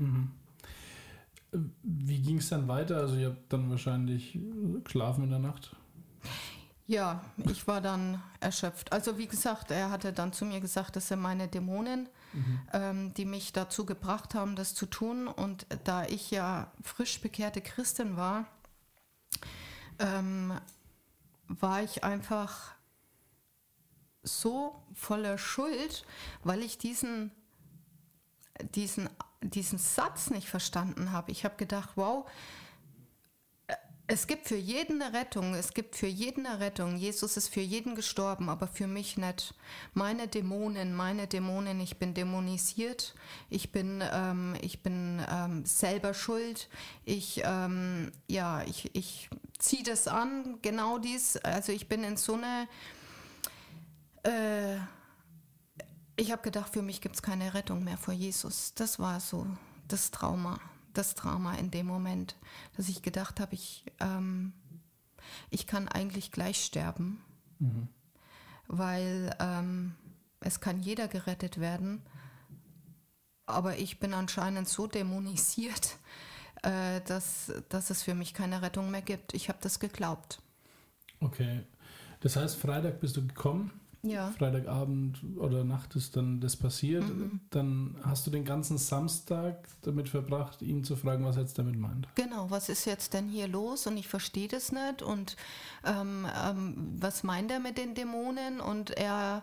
Wie ging es dann weiter? Also ihr habt dann wahrscheinlich geschlafen in der Nacht? Ja, ich war dann erschöpft. Also wie gesagt, er hatte dann zu mir gesagt, das sind meine Dämonen, die mich dazu gebracht haben, das zu tun. Und da ich ja frisch bekehrte Christin war, war ich einfach so voller Schuld, weil ich diesen Satz nicht verstanden habe. Ich habe gedacht, wow, es gibt für jeden eine Rettung, Jesus ist für jeden gestorben, aber für mich nicht. Meine Dämonen, ich bin dämonisiert, ich bin selber schuld, ich ziehe das an, genau dies, also ich bin in so eine, ich habe gedacht, für mich gibt es keine Rettung mehr vor Jesus. Das war so das Drama in dem Moment, dass ich gedacht habe, ich kann eigentlich gleich sterben, weil es kann jeder gerettet werden, aber ich bin anscheinend so dämonisiert, dass es für mich keine Rettung mehr gibt. Ich habe das geglaubt. Okay, das heißt, Freitag bist du gekommen? Ja. Freitagabend oder Nacht ist dann das passiert. Dann hast du den ganzen Samstag damit verbracht, ihn zu fragen, was er jetzt damit meint. Genau, was ist jetzt denn hier los? Und ich verstehe das nicht. Und was meint er mit den Dämonen? Und er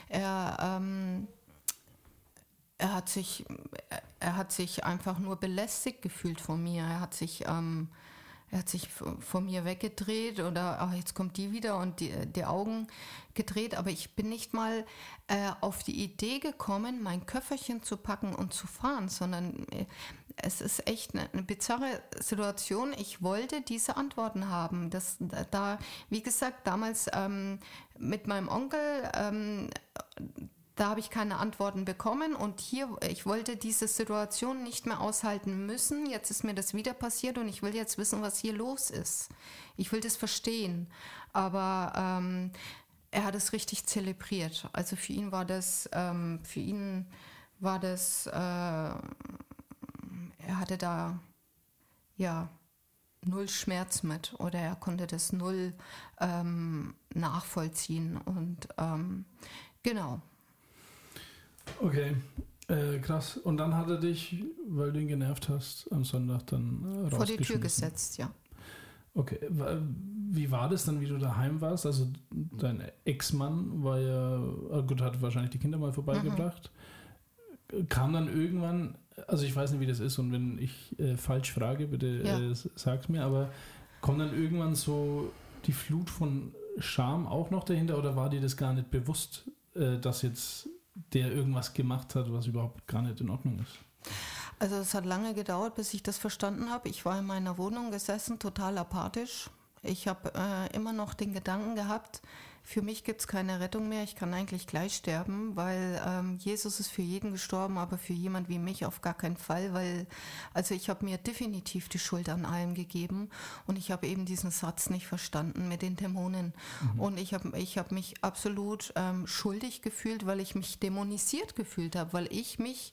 hat sich einfach nur belästigt gefühlt von mir. Er hat sich von mir weggedreht oder jetzt kommt die wieder und die Augen gedreht, aber ich bin nicht mal auf die Idee gekommen, mein Köfferchen zu packen und zu fahren, sondern es ist echt eine bizarre Situation. Ich wollte diese Antworten haben. Wie gesagt, damals mit meinem Onkel, da habe ich keine Antworten bekommen und ich wollte diese Situation nicht mehr aushalten müssen. Jetzt ist mir das wieder passiert und ich will jetzt wissen, was hier los ist. Ich will das verstehen. Aber er hat es richtig zelebriert. Also für ihn war das, er hatte da, null Schmerz mit oder er konnte das null nachvollziehen und genau. Okay, krass. Und dann hat er dich, weil du ihn genervt hast, am Sonntag dann rausgeschmissen. Vor die Tür gesetzt, ja. Okay, wie war das dann, wie du daheim warst? Also dein Ex-Mann war ja, gut, hat wahrscheinlich die Kinder mal vorbeigebracht. Kam dann irgendwann, also ich weiß nicht, wie das ist und wenn ich falsch frage, bitte sag's mir, aber kommt dann irgendwann so die Flut von Scham auch noch dahinter oder war dir das gar nicht bewusst, dass jetzt der irgendwas gemacht hat, was überhaupt gar nicht in Ordnung ist? Also es hat lange gedauert, bis ich das verstanden habe. Ich war in meiner Wohnung gesessen, total apathisch. Ich habe immer noch den Gedanken gehabt, für mich gibt es keine Rettung mehr, ich kann eigentlich gleich sterben, weil Jesus ist für jeden gestorben, aber für jemand wie mich auf gar keinen Fall, weil ich habe mir definitiv die Schuld an allem gegeben und ich habe eben diesen Satz nicht verstanden mit den Dämonen. Und ich hab mich absolut schuldig gefühlt, weil ich mich dämonisiert gefühlt habe, weil ich mich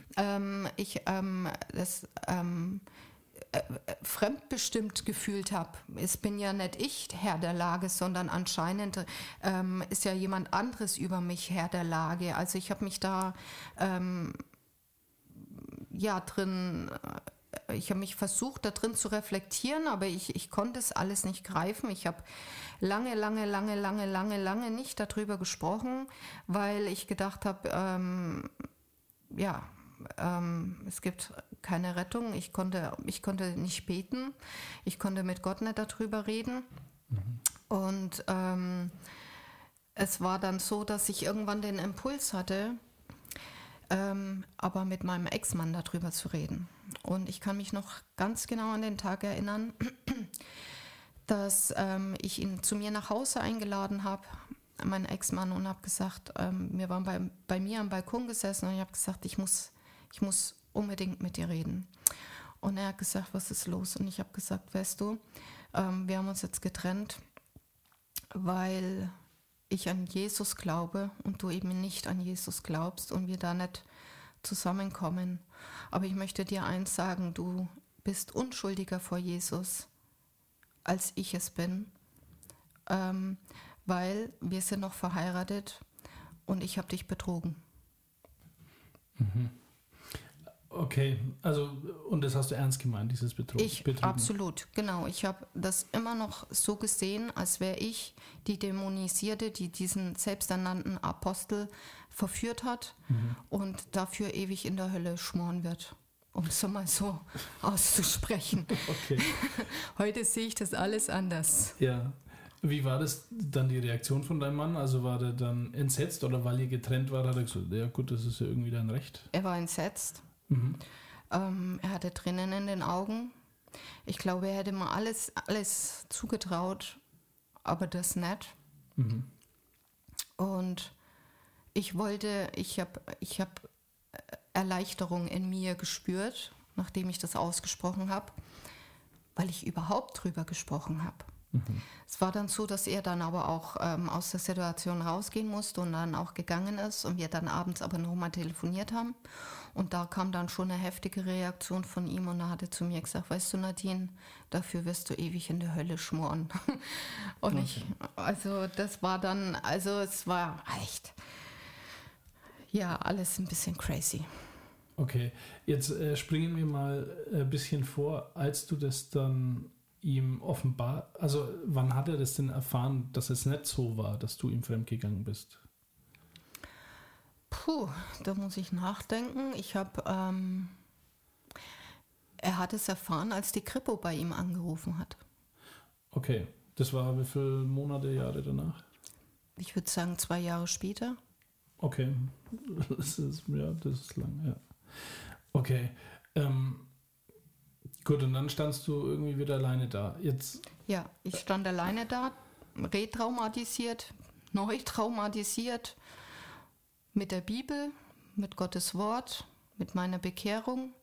fremdbestimmt gefühlt habe. Es bin ja nicht ich Herr der Lage, sondern anscheinend ist ja jemand anderes über mich Herr der Lage. Also ich habe mich da ich habe mich versucht, da drin zu reflektieren, aber ich konnte es alles nicht greifen. Ich habe lange nicht darüber gesprochen, weil ich gedacht habe, es gibt keine Rettung. Ich konnte nicht beten. Ich konnte mit Gott nicht darüber reden. Und es war dann so, dass ich irgendwann den Impuls hatte, aber mit meinem Ex-Mann darüber zu reden. Und ich kann mich noch ganz genau an den Tag erinnern, dass ich ihn zu mir nach Hause eingeladen habe, meinen Ex-Mann, und habe gesagt, wir waren bei mir am Balkon gesessen und ich habe gesagt, ich muss unbedingt mit dir reden. Und er hat gesagt, was ist los? Und ich habe gesagt, weißt du, wir haben uns jetzt getrennt, weil ich an Jesus glaube und du eben nicht an Jesus glaubst und wir da nicht zusammenkommen. Aber ich möchte dir eins sagen, du bist unschuldiger vor Jesus, als ich es bin, weil wir sind noch verheiratet und ich habe dich betrogen. Okay, also und das hast du ernst gemeint, dieses Betrug? Absolut, genau. Ich habe das immer noch so gesehen, als wäre ich die Dämonisierte, die diesen selbsternannten Apostel verführt hat und dafür ewig in der Hölle schmoren wird, um es mal so auszusprechen. Okay. Heute sehe ich das alles anders. Ja. Wie war das dann die Reaktion von deinem Mann? Also war der dann entsetzt oder weil ihr getrennt war, hat er gesagt, ja gut, das ist ja irgendwie dein Recht? Er war entsetzt. Er hatte Tränen in den Augen. Ich glaube, er hätte mir alles zugetraut, aber das nicht. Und ich habe Erleichterung in mir gespürt, nachdem ich das ausgesprochen habe, weil ich überhaupt drüber gesprochen habe. Es war dann so, dass er dann aber auch aus der Situation rausgehen musste und dann auch gegangen ist und wir dann abends aber nochmal telefoniert haben. Und da kam dann schon eine heftige Reaktion von ihm und er hatte zu mir gesagt, weißt du Nadine, dafür wirst du ewig in der Hölle schmoren. Und es war echt, ja, alles ein bisschen crazy. Okay, jetzt springen wir mal ein bisschen vor, als du das dann ihm offenbar, also wann hat er das denn erfahren, dass es nicht so war, dass du ihm fremdgegangen bist? Da muss ich nachdenken. Er hat es erfahren, als die Kripo bei ihm angerufen hat. Okay, das war wie viele Monate, Jahre danach? Ich würde sagen 2 Jahre später. Okay, das ist lang, ja. Okay, gut, und dann standst du irgendwie wieder alleine da. Ja, ich stand alleine da, retraumatisiert, neu traumatisiert, mit der Bibel, mit Gottes Wort, mit meiner Bekehrung.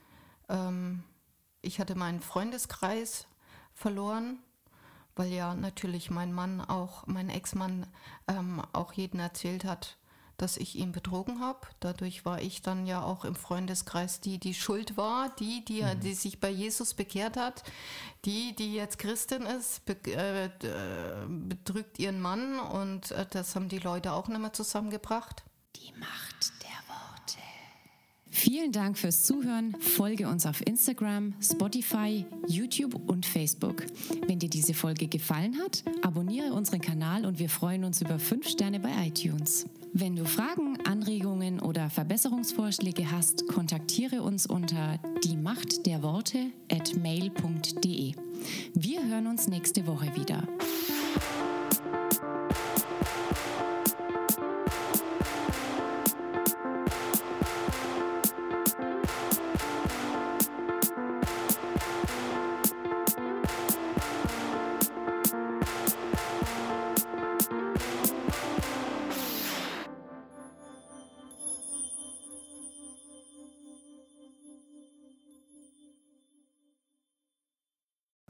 Ich hatte meinen Freundeskreis verloren, weil ja natürlich mein Ex-Mann auch jedem erzählt hat, dass ich ihn betrogen habe. Dadurch war ich dann ja auch im Freundeskreis die schuld war, die sich bei Jesus bekehrt hat, die jetzt Christin ist, betrügt ihren Mann und das haben die Leute auch nicht mehr zusammengebracht. Die Macht der Worte. Vielen Dank fürs Zuhören. Folge uns auf Instagram, Spotify, YouTube und Facebook. Wenn dir diese Folge gefallen hat, abonniere unseren Kanal und wir freuen uns über 5 Sterne bei iTunes. Wenn du Fragen, Anregungen oder Verbesserungsvorschläge hast, kontaktiere uns unter diemachtderworte@mail.de. Wir hören uns nächste Woche wieder.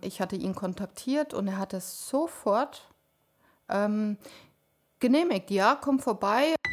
Ich hatte ihn kontaktiert und er hat es sofort genehmigt. Ja, komm vorbei.